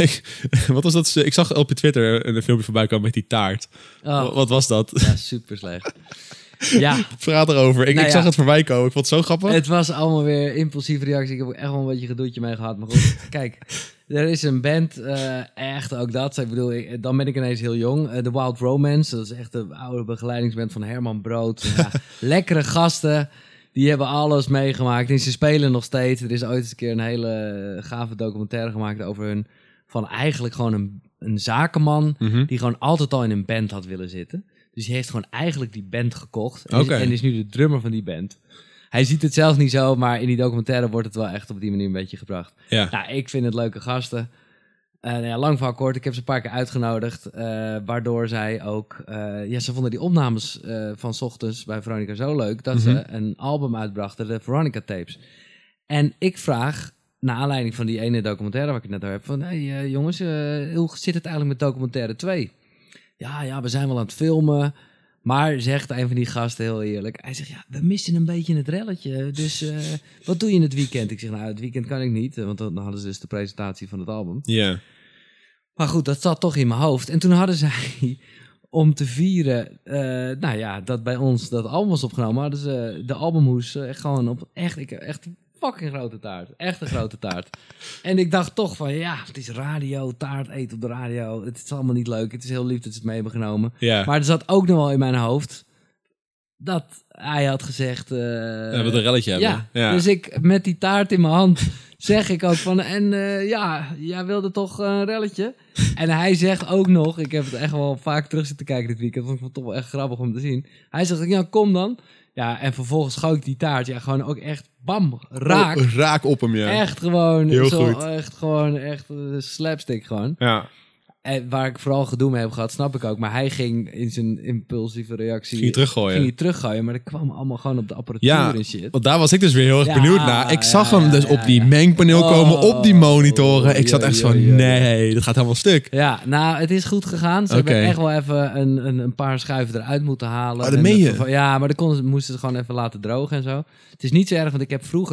A: Wat was dat? Ik zag op je Twitter een filmpje voorbij komen met die taart.
B: Oh.
A: Wat was dat?
B: Ja, super slecht. Ja.
A: Praat erover. Ik,
B: nou
A: ik
B: ja.
A: zag het voorbij komen. Ik vond het zo grappig.
B: Het was allemaal weer impulsieve reactie. Ik heb ook echt wel een beetje gedoetje mee gehad. Maar goed, kijk. Er is een band, uh, echt ook dat. Ik bedoel, ik, dan ben ik ineens heel jong. Uh, The Wild Romance, dat is echt de oude begeleidingsband van Herman Brood. Ja, lekkere gasten. Die hebben alles meegemaakt. En ze spelen nog steeds. Er is ooit eens een keer een hele gave documentaire gemaakt over hun. Van eigenlijk gewoon een, een zakenman.
A: Mm-hmm.
B: Die gewoon altijd al in een band had willen zitten. Dus hij heeft gewoon eigenlijk die band gekocht. En,
A: Okay.
B: is, en is nu de drummer van die band. Hij ziet het zelf niet zo, maar in die documentaire wordt het wel echt op die manier een beetje gebracht.
A: Ja.
B: Nou, ik vind het leuke gasten. Uh, nou ja, lang verhaal kort, ik heb ze een paar keer uitgenodigd. Uh, waardoor zij ook... Uh, ja, ze vonden die opnames uh, van 's ochtends bij Veronica zo leuk... dat
A: Mm-hmm.
B: ze een album uitbrachten, de Veronica Tapes. En ik vraag, naar aanleiding van die ene documentaire waar ik het net over heb... van, hey, uh, jongens, uh, hoe zit het eigenlijk met documentaire twee? Ja, ja, we zijn wel aan het filmen... Maar, zegt een van die gasten heel eerlijk... Hij zegt, ja, we missen een beetje het relletje. Dus uh, wat doe je in het weekend? Ik zeg, nou, het weekend kan ik niet. Want dan hadden ze dus de presentatie van het album.
A: Ja. Yeah.
B: Maar goed, dat zat toch in mijn hoofd. En toen hadden zij, om te vieren... Uh, nou ja, dat bij ons dat album was opgenomen... hadden ze de albumhoes uh, gewoon op... Echt, ik, echt fucking grote taart. Echt een grote taart. En ik dacht toch van, ja, het is radio, taart eten op de radio. Het is allemaal niet leuk. Het is heel lief dat ze het mee hebben genomen.
A: Ja.
B: Maar er zat ook nog wel in mijn hoofd dat hij had gezegd... Uh,
A: ja, wat een relletje hebben.
B: Ja,
A: ja,
B: dus ik met die taart in mijn hand zeg ik ook van... En uh, ja, jij wilde toch uh, een relletje? En hij zegt ook nog... Ik heb het echt wel vaak terug zitten kijken dit weekend. Vond ik het toch wel echt grappig om te zien. Hij zegt, ja, kom dan. Ja, en vervolgens schoot ik die taart. Ja, gewoon ook echt bam, raak.
A: Oh, raak op hem, ja.
B: Echt gewoon,
A: heel
B: zo,
A: goed.
B: echt gewoon, echt uh, slapstick gewoon.
A: Ja.
B: En waar ik vooral gedoe mee heb gehad, snap ik ook. Maar hij ging in zijn impulsieve reactie...
A: Ging je teruggooien.
B: Ging je teruggooien, maar dat kwam allemaal gewoon op de apparatuur
A: ja,
B: en shit.
A: Want daar was ik dus weer heel erg
B: ja,
A: benieuwd naar. Ik zag
B: ja,
A: hem dus
B: ja,
A: op die
B: ja.
A: mengpaneel
B: oh,
A: komen, op die monitoren. Ik zat
B: ja,
A: echt
B: ja,
A: zo,
B: ja, ja.
A: nee, dat gaat helemaal stuk.
B: Ja, nou, het is goed gegaan. Ze
A: Okay.
B: hebben echt wel even een, een, een paar schuiven eruit moeten halen.
A: Oh, dat
B: En
A: meen je?
B: dat- Ja, maar dan konden ze, moesten ze gewoon even laten drogen en zo. Het is niet zo erg, want ik heb vroeger...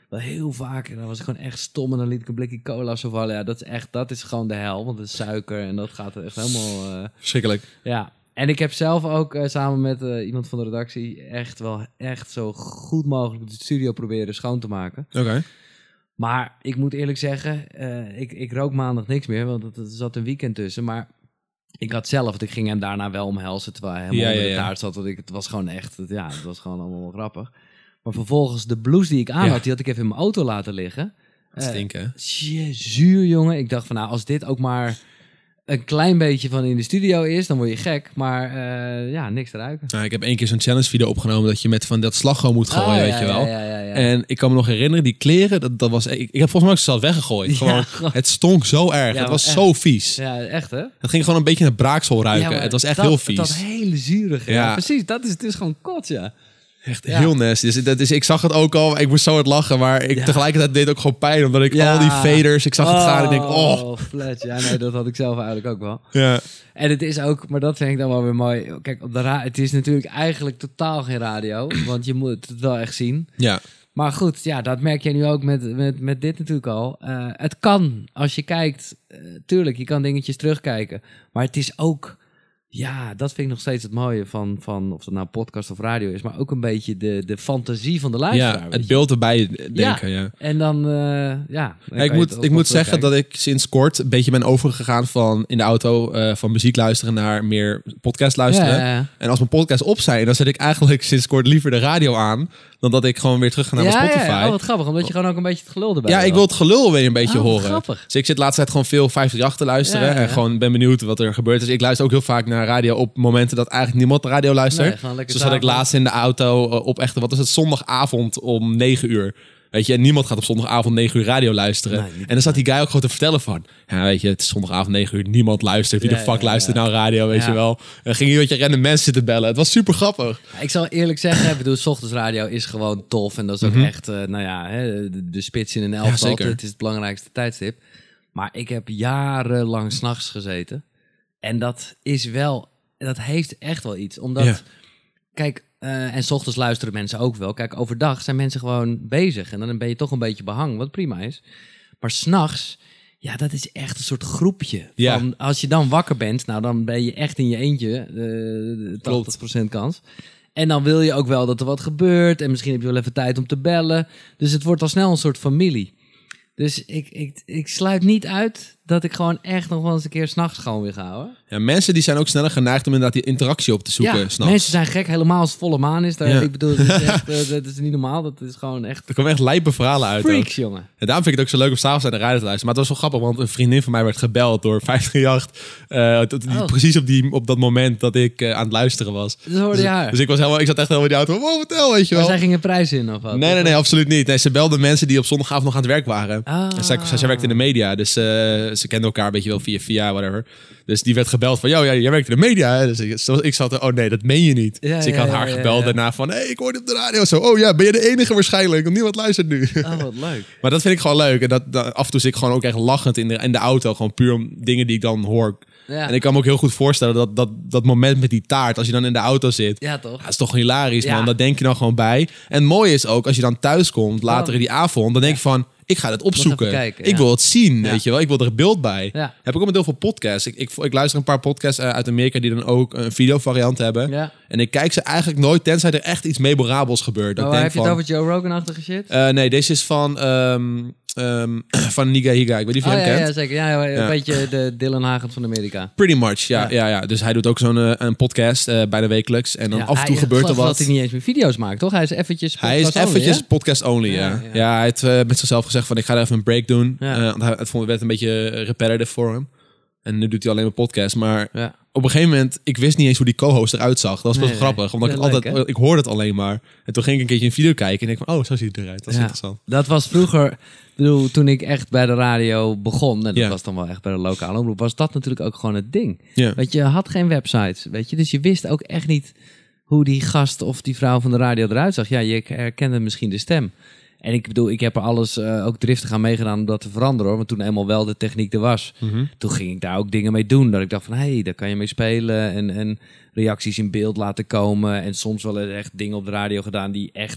B: wel heel vaak. En dan was ik gewoon echt stom en dan liet ik een blikje cola zo vallen. Ja, dat is echt, dat is gewoon de hel, want het is suiker en dat gaat er echt helemaal... Uh,
A: Verschrikkelijk.
B: Ja, en ik heb zelf ook uh, samen met uh, iemand van de redactie echt wel echt zo goed mogelijk de studio proberen schoon te maken.
A: Oké. Okay.
B: Maar ik moet eerlijk zeggen, uh, ik, ik rook maandag niks meer, want er zat een weekend tussen. Maar ik had zelf, want ik ging hem daarna wel omhelzen terwijl hij helemaal
A: ja,
B: onder
A: ja,
B: de
A: ja.
B: taart zat. Want ik, het was gewoon echt, het, ja, het was gewoon allemaal wel grappig. Maar vervolgens de blouse die ik aan had, ja. die had ik even in mijn auto laten liggen.
A: Stinken.
B: Uh, zuur, jongen. Ik dacht van, nou, als dit ook maar een klein beetje van in de studio is, dan word je gek. Maar uh, ja, niks te ruiken.
A: Nou, ik heb één keer zo'n challenge video opgenomen dat je met van dat slagroom moet gooien,
B: oh,
A: weet
B: ja,
A: je wel.
B: Ja, ja, ja, ja.
A: En ik kan me nog herinneren, die kleren, dat, dat was... Ik, ik heb volgens mij ook zelf weggegooid. Gewoon, ja, het stonk zo erg. Ja, het was echt, zo vies.
B: Ja, echt hè?
A: Het ging gewoon een beetje naar braaksel ruiken. Ja, het was echt
B: dat,
A: heel vies.
B: Dat hele zurige. Ja. ja, precies. Dat is, het is gewoon kot, ja.
A: Echt ja. heel nasty. Dus, dat is, ik zag het ook al. Ik moest zo hard lachen. Maar ik, ja. tegelijkertijd deed het ook gewoon pijn. Omdat ik ja. al die faders... Ik zag
B: oh,
A: het gaan en ik denk... Oh,
B: oh flat. Ja, nee, dat had ik zelf eigenlijk ook wel.
A: Ja.
B: En het is ook... Maar dat vind ik dan wel weer mooi. Kijk, op de ra- het is natuurlijk eigenlijk totaal geen radio. Want je moet het wel echt zien.
A: Ja.
B: Maar goed, ja, dat merk je nu ook met, met, met dit natuurlijk al. Uh, het kan, als je kijkt... Uh, tuurlijk, je kan dingetjes terugkijken. Maar het is ook... Ja, dat vind ik nog steeds het mooie van, van of het nou podcast of radio is, maar ook een beetje de, de fantasie van de luisteraar.
A: Ja, het beeld erbij denken, ja. ja.
B: En dan, uh, ja. Dan
A: ja ik moet, ik moet zeggen dat ik sinds kort een beetje ben overgegaan van in de auto uh, van muziek luisteren naar meer podcast luisteren. Ja, ja, ja. En als mijn podcast op zijn, dan zet ik eigenlijk sinds kort liever de radio aan, dan dat ik gewoon weer terug ga naar
B: ja,
A: mijn Spotify.
B: Ja, ja. Oh, wat grappig, omdat je gewoon ook een beetje het gelul erbij
A: Ja, ik wil het gelul weer een beetje
B: oh,
A: horen.
B: Grappig.
A: Dus ik zit de laatste tijd gewoon veel vijfhonderdachtig te luisteren. Ja, ja, ja. En gewoon ben benieuwd wat er gebeurt. Dus ik luister ook heel vaak naar radio op momenten dat eigenlijk niemand radio luistert. Nee, dus dat ik laatst in de auto op echt, wat is het, zondagavond om negen uur. Weet je, en niemand gaat op zondagavond negen uur radio luisteren. Nee, en dan staat die guy ook gewoon te vertellen van... Ja, weet je, het is zondagavond negen uur, niemand luistert. Wie ja, de fuck ja, luistert ja. nou radio, weet ja. je wel. En ging hier wat je random mensen zitten bellen. Het was super grappig.
B: Ja, ik zal eerlijk zeggen, ik bedoel, 's ochtends radio is gewoon tof. En dat is ook mm-hmm. echt, uh, nou ja, hè, de, de spits in een elftal. Ja, het is het belangrijkste tijdstip. Maar ik heb jarenlang 's nachts gezeten. En dat is wel... Dat heeft echt wel iets. Omdat, ja. kijk... Uh, en 's ochtends luisteren mensen ook wel. Kijk, overdag zijn mensen gewoon bezig. En dan ben je toch een beetje behang, wat prima is. Maar 's nachts, ja, dat is echt een soort groepje.
A: Ja.
B: Van, als je dan wakker bent, nou, dan ben je echt in je eentje. Uh, tachtig procent kans. En dan wil je ook wel dat er wat gebeurt. En misschien heb je wel even tijd om te bellen. Dus het wordt al snel een soort familie. Dus ik, ik, ik sluit niet uit dat ik gewoon echt nog wel eens een keer 's nachts gewoon weer ga, hoor.
A: Ja, mensen die zijn ook sneller geneigd om inderdaad die interactie op te zoeken.
B: Ja,
A: 's nachts.
B: Mensen zijn gek, helemaal als het volle maan is. Daar, ja. Ik bedoel, dat is, echt, uh, dat is niet normaal. Dat is gewoon echt...
A: Er komen echt lijpe verhalen uit.
B: Freaks,
A: ook.
B: jongen.
A: En daarom vind ik het ook zo leuk om s'avonds naar de radio te luisteren. Maar het was wel grappig, want een vriendin van mij werd gebeld door vijfhonderdachttien. Uh, die, oh. Precies op, die, op dat moment dat ik uh, aan het luisteren was.
B: Dat hoorde
A: dus,
B: je haar.
A: Dus ik, was helemaal, ik zat echt helemaal in die auto. Wow, vertel, weet je wel.
B: Maar zij ging een prijs in, of wat?
A: Nee, nee, nee, absoluut niet. Nee, ze belde mensen die op zondagavond nog aan het werk waren.
B: Ah.
A: En zij, zij, zij werkte in de media, dus uh, ze kenden elkaar een beetje wel via via, whatever. Dus die werd gebeld van, yo, ja, jij werkt in de media. Hè? Dus ik, ik zat er, oh nee, dat meen je niet. Ja, dus ik ja, had haar ja, gebeld ja, ja. daarna van, hé, hey, ik hoorde op de radio zo. Oh ja, ben je de enige waarschijnlijk, want niemand luistert nu.
B: Oh, wat leuk.
A: Maar dat vind ik gewoon leuk. En dat, dat, af en toe zit ik gewoon ook echt lachend in de, in de auto. Gewoon puur om dingen die ik dan hoor. Ja. En ik kan me ook heel goed voorstellen dat, dat dat moment met die taart, als je dan in de auto zit.
B: Ja, toch?
A: Dat is toch hilarisch,
B: ja.
A: man. Dat denk je dan gewoon bij. En het mooie is ook, als je dan thuis komt, later in die avond, dan denk je van, ik ga het opzoeken. Kijken, ik ja. wil het zien, ja. weet je wel. Ik wil er een beeld bij.
B: Ja.
A: Heb ik ook met heel veel podcasts. Ik, ik, ik luister een paar podcasts uit Amerika die dan ook een videovariant hebben. Ja. En ik kijk ze eigenlijk nooit, tenzij er echt iets memorabels gebeurt.
B: Oh,
A: denk
B: heb je
A: van,
B: het over Joe Rogan-achtige shit?
A: Uh, nee, deze is van... Um, Um, van Niga Higa. Ik weet niet of je
B: oh,
A: hem
B: ja,
A: kent.
B: Ja, zeker. Ja, een ja. beetje de Dylan Hagens van Amerika.
A: Pretty much, ja. ja. ja, ja. Dus hij doet ook zo'n uh, een podcast, uh, bijna wekelijks. En dan ja, af en toe hij, gebeurt er wat.
B: Dat hij niet eens meer video's maakt, toch? Hij is eventjes podcast
A: Hij is
B: only,
A: eventjes
B: ja?
A: podcast only, ja. Ja, ja. ja hij heeft uh, met zichzelf gezegd van, ik ga er even een break doen. Ja. Uh, want hij, het vond, werd een beetje repetitive voor hem. En nu doet hij alleen maar podcast. Maar ja. op een gegeven moment, ik wist niet eens hoe die co-host eruit zag. Dat was best nee, grappig. Omdat ik leuk, altijd, hè? ik hoorde het alleen maar. En toen ging ik een keertje een video kijken. En ik van, oh, zo ziet het eruit. Dat is ja. interessant.
B: Dat was vroeger, ik bedoel, toen ik echt bij de radio begon. En dat ja. was dan wel echt bij de lokale omroep. Was dat natuurlijk ook gewoon het ding. Ja. Weet je, je had geen websites. Weet je, dus je wist ook echt niet hoe die gast of die vrouw van de radio eruit zag. Ja, je herkende misschien de stem. En ik bedoel, ik heb er alles uh, ook driftig aan meegedaan om dat te veranderen, hoor. Want toen eenmaal wel de techniek er was, mm-hmm. toen ging ik daar ook dingen mee doen. Dat ik dacht van, hé, hey, daar kan je mee spelen. En, en reacties in beeld laten komen. En soms wel echt dingen op de radio gedaan die echt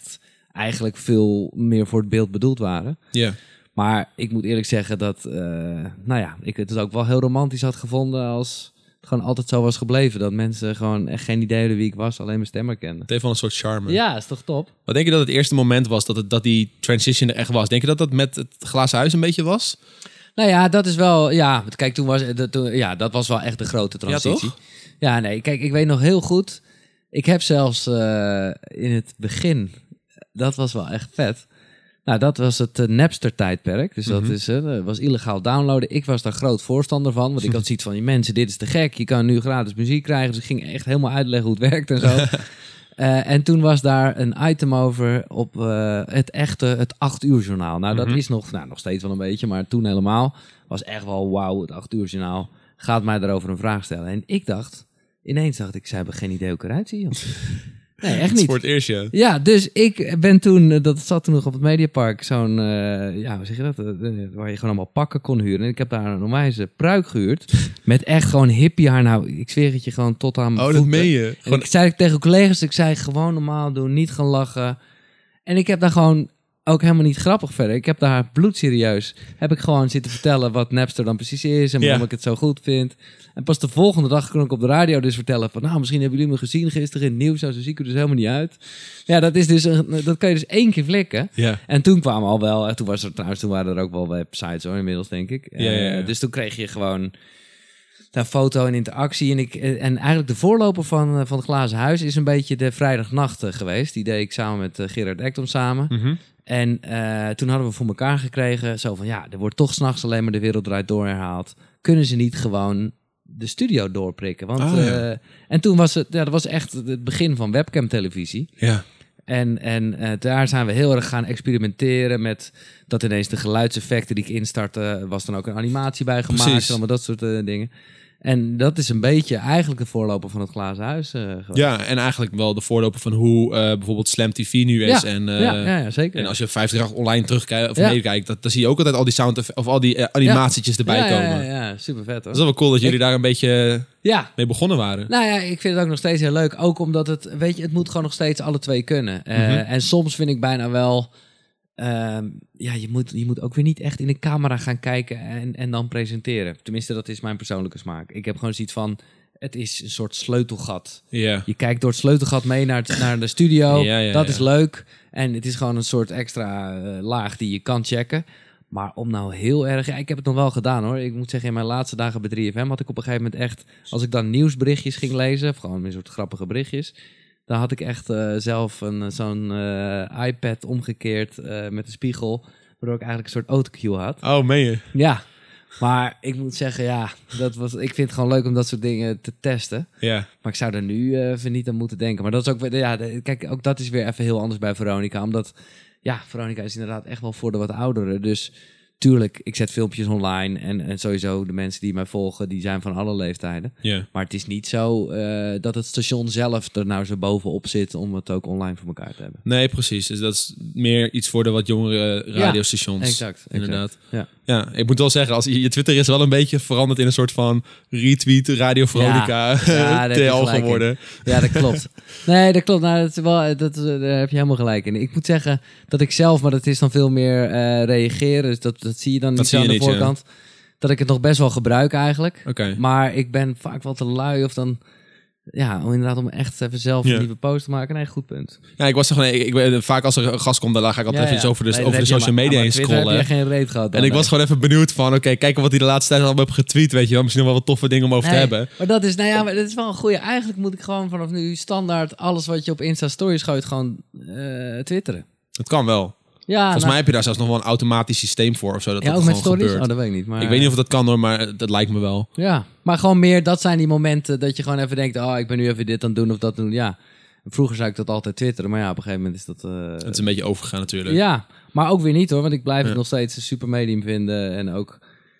B: eigenlijk veel meer voor het beeld bedoeld waren.
A: Ja.
B: Maar ik moet eerlijk zeggen dat, uh, nou ja, ik het ook wel heel romantisch had gevonden als het gewoon altijd zo was gebleven. Dat mensen gewoon echt geen idee hadden wie ik was, alleen mijn stem herkenden.
A: Het heeft wel een soort charme.
B: Ja, is toch top?
A: Wat denk je dat het eerste moment was dat, het, dat die transition er echt was? Denk je dat dat met het glazen huis een beetje was?
B: Nou ja, dat is wel, ja, kijk, toen was, dat, toen, ja, dat was wel echt de grote transitie.
A: Ja, toch?
B: Ja, nee, kijk, ik weet nog heel goed, ik heb zelfs uh, in het begin, dat was wel echt vet. Nou, dat was het uh, Napster-tijdperk. Dus dat
A: mm-hmm.
B: is, uh, was illegaal downloaden. Ik was daar groot voorstander van. Want ik had zoiets van, die mensen, dit is te gek. Je kan nu gratis muziek krijgen. Dus ik ging echt helemaal uitleggen hoe het werkt en zo. uh, en toen was daar een item over op uh, het echte, het acht uur journaal. Nou,
A: mm-hmm.
B: dat is nog, nou, nog steeds wel een beetje. Maar toen helemaal was echt wel wauw, het acht uur journaal. Gaat mij daarover een vraag stellen. En ik dacht, ineens dacht ik, ze hebben geen idee hoe ik eruit zie, joh. Nee, echt niet.
A: Voor het eerst, ja.
B: Ja, dus ik ben toen, dat zat toen nog op het Mediapark, zo'n, uh, ja, hoe zeg je dat? Waar je gewoon allemaal pakken kon huren. En ik heb daar een onwijze pruik gehuurd. Met echt gewoon hippie haar. Nou, ik zweer het je gewoon tot aan mijn
A: Oh,
B: voeten.
A: dat meen je?
B: Gewoon... Ik zei tegen collega's, ik zei gewoon normaal doen, niet gaan lachen. En ik heb daar gewoon ook helemaal niet grappig verder. Ik heb daar bloedserieus, heb ik gewoon zitten vertellen wat Napster dan precies is en waarom
A: ja.
B: ik het zo goed vind. En pas de volgende dag kon ik op de radio dus vertellen van, nou, misschien hebben jullie me gezien gisteren in het nieuws, zo zie ik er dus helemaal niet uit. Ja, dat is dus, een, dat kan je dus één keer flikken.
A: Ja.
B: En toen kwamen al wel, toen was er trouwens, toen waren er ook wel websites hoor, inmiddels denk ik.
A: Ja, ja, ja.
B: Uh, dus toen kreeg je gewoon daar foto en interactie. En, ik, en eigenlijk de voorloper van, van het Glazen Huis is een beetje de vrijdagnacht geweest. Die deed ik samen met uh, Gerard Ekdom samen.
A: Mm-hmm.
B: En uh, toen hadden we voor elkaar gekregen, zo van ja, er wordt toch 's nachts alleen maar De Wereld Draait Door herhaald. Kunnen ze niet gewoon de studio doorprikken? Want,
A: oh, ja.
B: uh, en toen was het, ja, dat was echt het begin van webcam-televisie.
A: Ja.
B: En, en uh, daar zijn we heel erg gaan experimenteren met dat ineens de geluidseffecten die ik instartte, was dan ook een animatie bij gemaakt.
A: Precies.
B: Allemaal dat soort uh, dingen. En dat is een beetje eigenlijk de voorloper van het Glazen Huis. Uh,
A: ja, en eigenlijk wel de voorloper van hoe uh, bijvoorbeeld Slam T V nu is.
B: Ja,
A: en, uh,
B: ja, ja, ja, zeker.
A: En als je vijftig online terugkijkt of
B: ja.
A: meekijkt, dat, dan zie je ook altijd al die sound of al die uh, animatietjes
B: ja.
A: erbij
B: ja,
A: komen.
B: Ja, ja, ja, super vet hoor.
A: Dat is wel cool dat jullie
B: ik,
A: daar een beetje
B: ja.
A: mee begonnen waren.
B: Nou ja, ik vind het ook nog steeds heel leuk. Ook omdat het, weet je, het moet gewoon nog steeds alle twee kunnen. Uh, mm-hmm. En soms vind ik bijna wel, uh, ja, je moet, je moet ook weer niet echt in de camera gaan kijken en, en dan presenteren. Tenminste, dat is mijn persoonlijke smaak. Ik heb gewoon zoiets van, het is een soort sleutelgat.
A: Yeah.
B: Je kijkt door het sleutelgat mee naar, het, naar de studio.
A: ja, ja,
B: dat
A: ja.
B: is leuk. En het is gewoon een soort extra uh, laag die je kan checken. Maar om nou heel erg... Ja, ik heb het nog wel gedaan hoor. Ik moet zeggen, in mijn laatste dagen bij drie F M had ik op een gegeven moment echt... Als ik dan nieuwsberichtjes ging lezen, of gewoon een soort grappige berichtjes... Dan had ik echt uh, zelf een, zo'n uh, iPad omgekeerd uh, met een spiegel... Waardoor ik eigenlijk een soort autocue had.
A: Oh, meen je?
B: Ja, maar ik moet zeggen, ja, dat was, ik vind het gewoon leuk om dat soort dingen te testen.
A: Ja.
B: Maar ik zou er nu uh, even niet aan moeten denken. Maar dat is ook, ja, de, kijk, ook dat is weer even heel anders bij Veronica. Omdat, ja, Veronica is inderdaad echt wel voor de wat ouderen. Dus tuurlijk, ik zet filmpjes online. En, en sowieso de mensen die mij volgen, die zijn van alle leeftijden.
A: Ja.
B: Maar het is niet zo uh, dat het station zelf er nou zo bovenop zit om het ook online voor elkaar te hebben.
A: Nee, precies. Dus dat is meer iets voor de wat jongere radiostations.
B: Ja, exact.
A: Inderdaad.
B: Exact, ja.
A: Ja, ik moet wel zeggen, als je, je Twitter is wel een beetje veranderd in een soort van retweet Radio Veronica
B: ja, ja,
A: T L geworden.
B: In. Ja, dat klopt. Nee, dat klopt. Nou, dat is wel, dat, daar heb je helemaal gelijk in. Ik moet zeggen dat ik zelf, maar dat is dan veel meer uh, reageren. Dus dat, dat zie je dan niet zo aan de niet, voorkant. Ja. Dat ik het nog best wel gebruik eigenlijk.
A: Okay.
B: Maar ik ben vaak wel te lui of dan... Ja, om inderdaad om echt even zelf een ja. nieuwe post te maken. Nee, goed punt.
A: Ja, ik was er gewoon... Ik, ik, ik, vaak als er een gast komt, dan ga ik altijd ja, even ja. over de, nee, over de social
B: maar,
A: media
B: heen
A: scrollen.
B: Heb je geen reet gehad dan,
A: en ik
B: nee.
A: was gewoon even benieuwd van... Oké, okay, kijken wat hij de laatste tijd allemaal heeft getweet, weet je wel. Misschien nog wel wat toffe dingen om over
B: nee,
A: te hebben.
B: Maar dat is, nou ja, maar dat is wel een goeie. Eigenlijk moet ik gewoon vanaf nu standaard alles wat je op Insta Stories gooit gewoon uh, twitteren.
A: Dat kan wel.
B: Ja,
A: Volgens
B: nou,
A: mij heb je daar zelfs nog wel een automatisch systeem voor of zo. Dat
B: ja,
A: dat
B: ook met stories?
A: gebeurt.
B: Oh, dat weet ik niet. Maar,
A: ik weet niet of dat kan hoor, maar dat lijkt me wel.
B: Ja, maar gewoon meer, dat zijn die momenten dat je gewoon even denkt, oh, ik ben nu even dit aan het doen of dat doen. Ja, vroeger zou ik dat altijd twitteren, maar ja, op een gegeven moment is dat... Uh,
A: het is een beetje overgegaan natuurlijk.
B: Ja, maar ook weer niet hoor, want ik blijf
A: ja.
B: het nog steeds een super medium vinden en ook...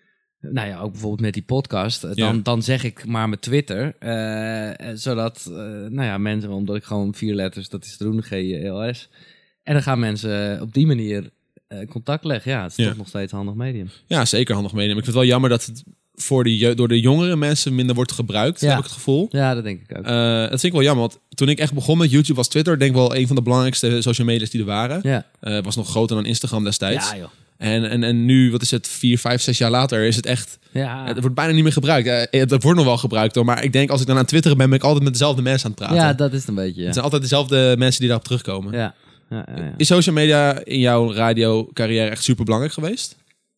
B: Nou ja, ook bijvoorbeeld met die podcast. Dan,
A: ja.
B: dan zeg ik maar mijn Twitter. Uh, zodat, uh, nou ja, mensen, omdat ik gewoon vier letters, dat is Roen, G L S. En dan gaan mensen op die manier uh, contact leggen. Ja, het is
A: ja.
B: toch nog steeds handig medium.
A: Ja, zeker handig medium. Ik vind het wel jammer dat het voor de je- door de jongere mensen minder wordt gebruikt,
B: Ja.
A: heb ik het gevoel.
B: Ja, dat denk ik ook.
A: Uh, dat vind ik wel jammer, want toen ik echt begon met YouTube was Twitter denk ik wel een van de belangrijkste social media's die er waren.
B: ja.
A: Uh, was nog groter dan Instagram destijds.
B: Ja, joh.
A: En, en, en nu, wat is het, vier, vijf, zes jaar later is het echt...
B: Ja.
A: Het wordt bijna niet meer gebruikt. Uh, het wordt nog wel gebruikt hoor, maar ik denk als ik dan aan Twitter ben, ben ik altijd met dezelfde mensen aan het praten.
B: ja, dat is het een beetje, ja.
A: Het zijn altijd dezelfde mensen die daarop terugkomen.
B: Ja. Ja, ja, ja.
A: Is social media in jouw radiocarrière echt super belangrijk geweest?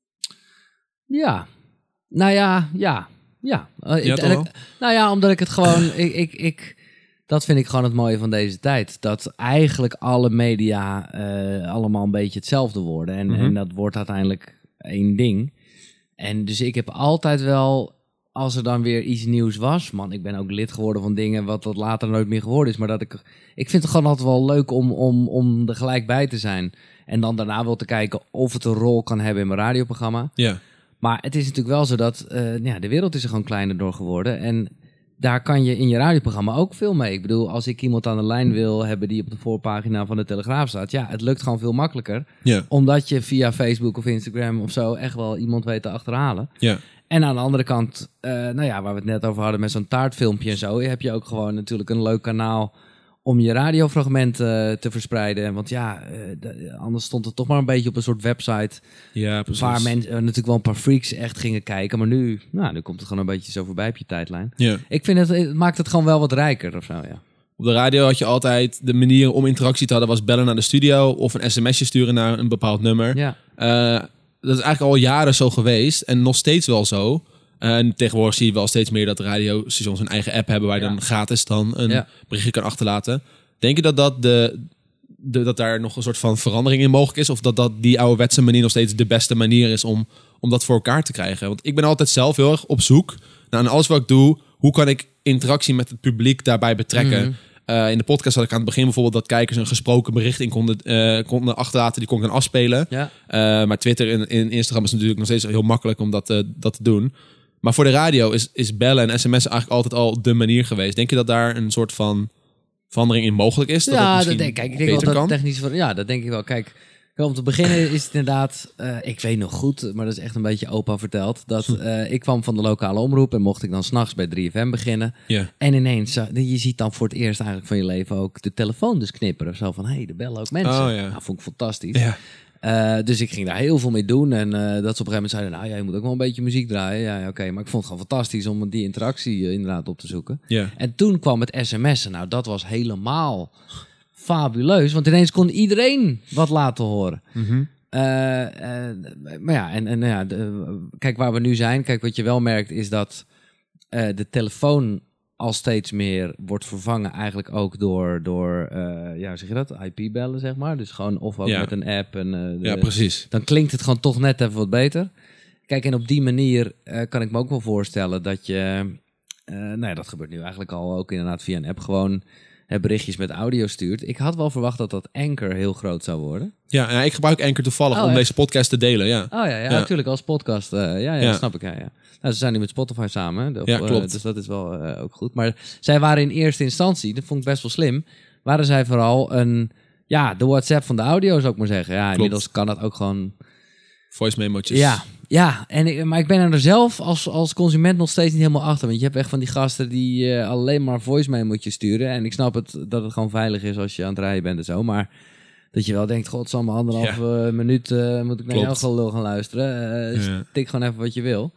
B: Ja. Nou ja, ja. Ja. Uh,
A: Ja,
B: ik-
A: toch
B: en
A: wel?
B: ik- nou ja, omdat ik het gewoon... ik, ik, ik, dat vind ik gewoon het mooie van deze tijd. Dat eigenlijk alle media uh, allemaal een beetje hetzelfde worden. En,
A: Mhm.
B: en dat wordt uiteindelijk één ding. En dus ik heb altijd wel... Als er dan weer iets nieuws was... Man, ik ben ook lid geworden van dingen... wat dat later nooit meer geworden is. Maar dat ik... Ik vind het gewoon altijd wel leuk om, om, om er gelijk bij te zijn. En dan daarna wel te kijken of het een rol kan hebben in mijn radioprogramma.
A: Ja.
B: Maar het is natuurlijk wel zo dat... Uh, ja, de wereld is er gewoon kleiner door geworden. En daar kan je in je radioprogramma ook veel mee. Ik bedoel, als ik iemand aan de lijn wil hebben... die op de voorpagina van de Telegraaf staat... Ja, het lukt gewoon veel makkelijker.
A: Ja.
B: Omdat je via Facebook of Instagram of zo... echt wel iemand weet te achterhalen.
A: Ja.
B: En aan de andere kant, uh, nou ja, waar we het net over hadden met zo'n taartfilmpje en zo, heb je ook gewoon natuurlijk een leuk kanaal om je radiofragmenten uh, te verspreiden. Want ja, uh, de, anders stond het toch maar een beetje op een soort website
A: Ja, precies.
B: waar mensen uh, natuurlijk wel een paar freaks echt gingen kijken. Maar nu, nou, nu komt het gewoon een beetje zo voorbij op je tijdlijn.
A: Ja.
B: Ik vind het, het maakt het gewoon wel wat rijker of zo, ja.
A: Op de radio had je altijd de manier om interactie te hadden was bellen naar de studio of een sms'je sturen naar een bepaald nummer.
B: Ja.
A: Uh, dat is eigenlijk al jaren zo geweest en nog steeds wel zo. Uh, en tegenwoordig zie je wel steeds meer dat radiostations een eigen app hebben waar je
B: Ja.
A: dan gratis dan een
B: Ja.
A: berichtje kan achterlaten. Denk je dat, dat, de, de, dat daar nog een soort van verandering in mogelijk is? Of dat, dat die ouderwetse manier nog steeds de beste manier is om, om dat voor elkaar te krijgen? Want ik ben altijd zelf heel erg op zoek naar alles wat ik doe. Hoe kan ik interactie met het publiek daarbij betrekken?
B: Mm-hmm.
A: Uh, in de podcast had ik aan het begin bijvoorbeeld dat kijkers een gesproken bericht in konden, uh, konden achterlaten. Die kon ik dan afspelen.
B: Ja.
A: Uh, maar Twitter en, en Instagram is natuurlijk nog steeds heel makkelijk om dat, uh, dat te doen. Maar voor de radio is, is bellen en sms'en eigenlijk altijd al de manier geweest. Denk je dat daar een soort van verandering in mogelijk is? Dat
B: Ja,
A: het
B: dat denk, kijk, ik denk wel dat het technisch... Voor, ja, dat denk ik wel. Kijk, om te beginnen is het inderdaad... Uh, ik weet nog goed, maar dat is echt een beetje opa verteld... dat uh, ik kwam van de lokale omroep... en mocht ik dan s'nachts bij drie F M beginnen.
A: Yeah.
B: En ineens, uh, je ziet dan voor het eerst eigenlijk van je leven... ook de telefoon dus knipperen. Zo van, hé, hey, er bellen ook mensen.
A: Oh, ja.
B: Nou, vond ik fantastisch.
A: Ja.
B: Uh, dus ik ging daar heel veel mee doen. En uh, dat ze op een gegeven moment zeiden... nou ja, je moet ook wel een beetje muziek draaien. Ja, oké. Okay. Maar ik vond het gewoon fantastisch om die interactie uh, inderdaad op te zoeken.
A: Yeah.
B: En toen kwam het sms'en. Nou, dat was helemaal fabuleus. Want ineens kon iedereen wat laten horen.
A: Mm-hmm.
B: Uh, uh, maar ja, en, en ja, de, kijk waar we nu zijn. Kijk, wat je wel merkt is dat uh, de telefoon al steeds meer wordt vervangen eigenlijk ook door, door uh, ja, zeg je dat? I P-bellen, zeg maar. Dus gewoon of ook
A: ja.
B: met een app. En, uh, de,
A: ja, precies.
B: Dan klinkt het gewoon toch net even wat beter. Kijk, en op die manier uh, kan ik me ook wel voorstellen dat je... Uh, nou ja, dat gebeurt nu eigenlijk al ook inderdaad via een app. Gewoon uh, berichtjes met audio stuurt. Ik had wel verwacht dat dat Anchor heel groot zou worden.
A: Ja, ja ik gebruik Anchor toevallig
B: oh,
A: om
B: echt?
A: deze podcast te delen, ja.
B: Oh ja, ja,
A: ja.
B: natuurlijk als podcast. Uh, ja, ja,
A: ja,
B: dat snap ik. Ja, ja. Nou, ze zijn nu met Spotify samen. Of,
A: ja, klopt.
B: Uh, dus dat is wel uh, ook goed. Maar zij waren in eerste instantie, dat vond ik best wel slim, waren zij vooral een, ja, de WhatsApp van de audio, zou ik maar zeggen. Ja, inmiddels kan dat ook gewoon...
A: Voice memo'tjes.
B: Ja, ja en ik, maar ik ben er zelf als, als consument nog steeds niet helemaal achter. Want je hebt echt van die gasten die uh, alleen maar voice memo'tjes sturen. En ik snap het dat het gewoon veilig is als je aan het rijden bent en zo. Maar dat je wel denkt, god, zal maar anderhalf ja. uh, minuut uh, moet ik naar jouw gelul gaan luisteren. Uh, ja. Tik gewoon even wat je wil.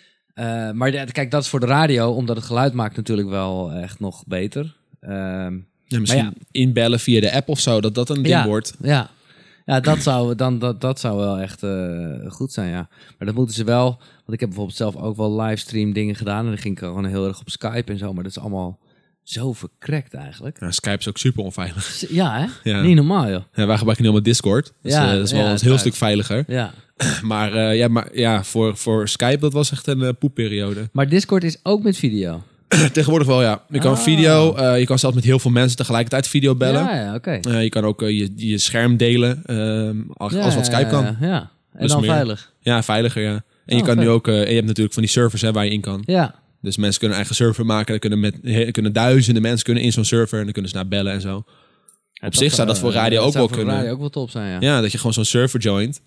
B: Uh, maar de, kijk, dat is voor de radio, omdat het geluid maakt natuurlijk wel echt nog beter. Uh,
A: ja, misschien ja. inbellen via de app of zo, dat dat een ding
B: ja,
A: wordt.
B: Ja, ja dat, zou, dan, dat, dat zou wel echt uh, goed zijn, ja. Maar dat moeten ze wel... Want ik heb bijvoorbeeld zelf ook wel livestream dingen gedaan. En dan ging ik gewoon heel erg op Skype en zo. Maar dat is allemaal zo verkrekt eigenlijk.
A: Ja, Skype is ook super onveilig.
B: Ja, hè?
A: Ja.
B: Niet normaal, joh.
A: Ja, wij gebruiken nu allemaal Discord. Dus, ja, uh, dat is wel ja, een heel uit. stuk veiliger.
B: Ja.
A: Maar, uh, ja, maar ja, voor, voor Skype, dat was echt een uh, poepperiode.
B: Maar Discord is ook met video?
A: Tegenwoordig wel, ja. Je kan ah. video, uh, je kan zelfs met heel veel mensen tegelijkertijd video bellen.
B: Ja, ja, oké.
A: Okay. Uh, je kan ook uh, je, je scherm delen, uh, als,
B: ja,
A: als wat Skype kan.
B: Ja, ja. En
A: dus
B: dan
A: meer,
B: veilig?
A: Ja, veiliger, ja. En
B: oh,
A: je kan
B: vet.
A: nu ook, uh, en je hebt natuurlijk van die servers hè, waar je in kan.
B: Ja.
A: Dus mensen kunnen een eigen server maken. Dan kunnen, met, he, kunnen duizenden mensen kunnen in zo'n server en dan kunnen ze naar bellen en zo. Ja, Op zich zou dat voor radio uh, ook wel kunnen.
B: radio ook wel top zijn, ja.
A: Ja, dat je gewoon zo'n server joint.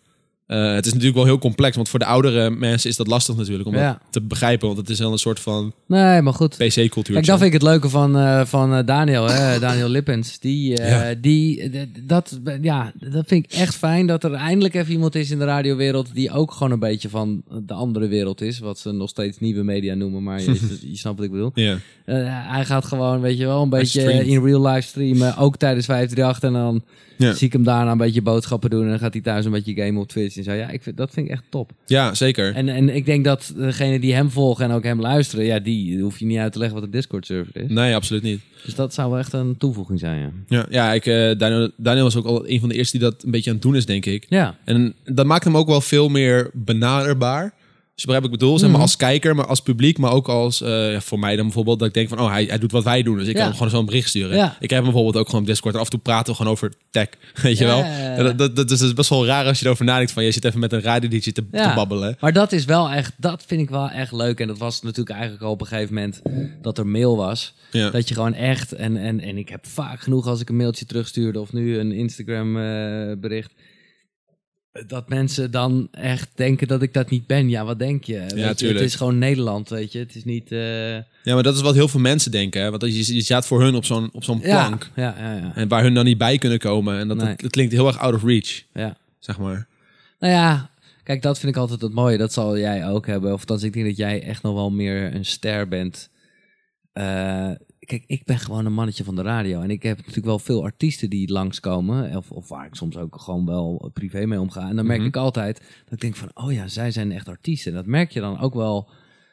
A: Uh, het is natuurlijk wel heel complex, want voor de oudere mensen is dat lastig natuurlijk om
B: Ja.
A: dat te begrijpen, want het is wel een soort van
B: Nee, maar goed.
A: P C-cultuur.
B: Kijk, dat vind ik het leuke van, uh, van uh, Daniel, hè? Daniel Lippens. Die, uh,
A: Ja.
B: die, d- dat, ja, dat vind ik echt fijn dat er eindelijk even iemand is in de radiowereld die ook gewoon een beetje van de andere wereld is. Wat ze nog steeds nieuwe media noemen, maar je, je snapt wat ik bedoel.
A: Ja.
B: Uh, hij gaat gewoon, weet je wel, een beetje
A: streamt.
B: in real life streamen. Ook tijdens vijf drie acht. En dan
A: Ja.
B: zie ik hem daarna een beetje boodschappen doen. En dan gaat hij thuis een beetje gamen op Twitch en zo. Ja, ik vind, dat vind ik echt top.
A: ja, zeker.
B: En, en ik denk dat degenen die hem volgen en ook hem luisteren, ja, die hoef je niet uit te leggen wat een Discord-server is.
A: Nee, absoluut niet.
B: Dus dat zou wel echt een toevoeging zijn, ja.
A: Ja, ja ik, uh, Daniel, Daniel was ook al een van de eerste die dat een beetje aan het doen is, denk ik.
B: Ja,
A: En dat maakt hem ook wel veel meer benaderbaar. Dus je begrijpt wat ik bedoel, zeg maar als kijker, maar als publiek, maar ook als, uh, ja, voor mij dan bijvoorbeeld, dat ik denk van, oh, hij, hij doet wat wij doen, dus ik
B: Ja.
A: kan hem gewoon zo'n bericht sturen.
B: Ja.
A: Ik heb hem bijvoorbeeld ook gewoon op Discord, en af en toe praten we gewoon over tech, weet je
B: Ja,
A: wel.
B: ja, ja.
A: En Dat, dat, dat is best wel raar als je erover nadenkt van, je zit even met een radio-D J te,
B: Ja.
A: te babbelen.
B: maar dat is wel echt, dat vind ik wel echt leuk. En dat was natuurlijk eigenlijk al op een gegeven moment dat er mail was.
A: Ja.
B: Dat je gewoon echt, en, en, en ik heb vaak genoeg als ik een mailtje terugstuurde of nu een Instagram uh, bericht, dat mensen dan echt denken dat ik dat niet ben. Ja, wat denk je? Weet je?
A: tuurlijk.
B: Het is gewoon Nederland, weet je. Het is niet... Uh...
A: Ja, maar dat is wat heel veel mensen denken, hè? Want je, je staat voor hun op zo'n, op zo'n
B: Ja,
A: plank,
B: ja, ja, ja.
A: en waar hun dan niet bij kunnen komen. En dat,
B: Nee.
A: dat, dat klinkt heel erg out of reach,
B: ja.
A: zeg maar.
B: Nou ja, kijk, dat vind ik altijd het mooie. Dat zal jij ook hebben. Of althans, ik denk dat jij echt nog wel meer een ster bent. Uh, kijk, ik ben gewoon een mannetje van de radio. En ik heb natuurlijk wel veel artiesten die langskomen. Of, of waar ik soms ook gewoon wel privé mee omga. En dan merk
A: Mhm.
B: ik altijd dat ik denk van, oh ja, zij zijn echt artiesten. En dat merk je dan ook wel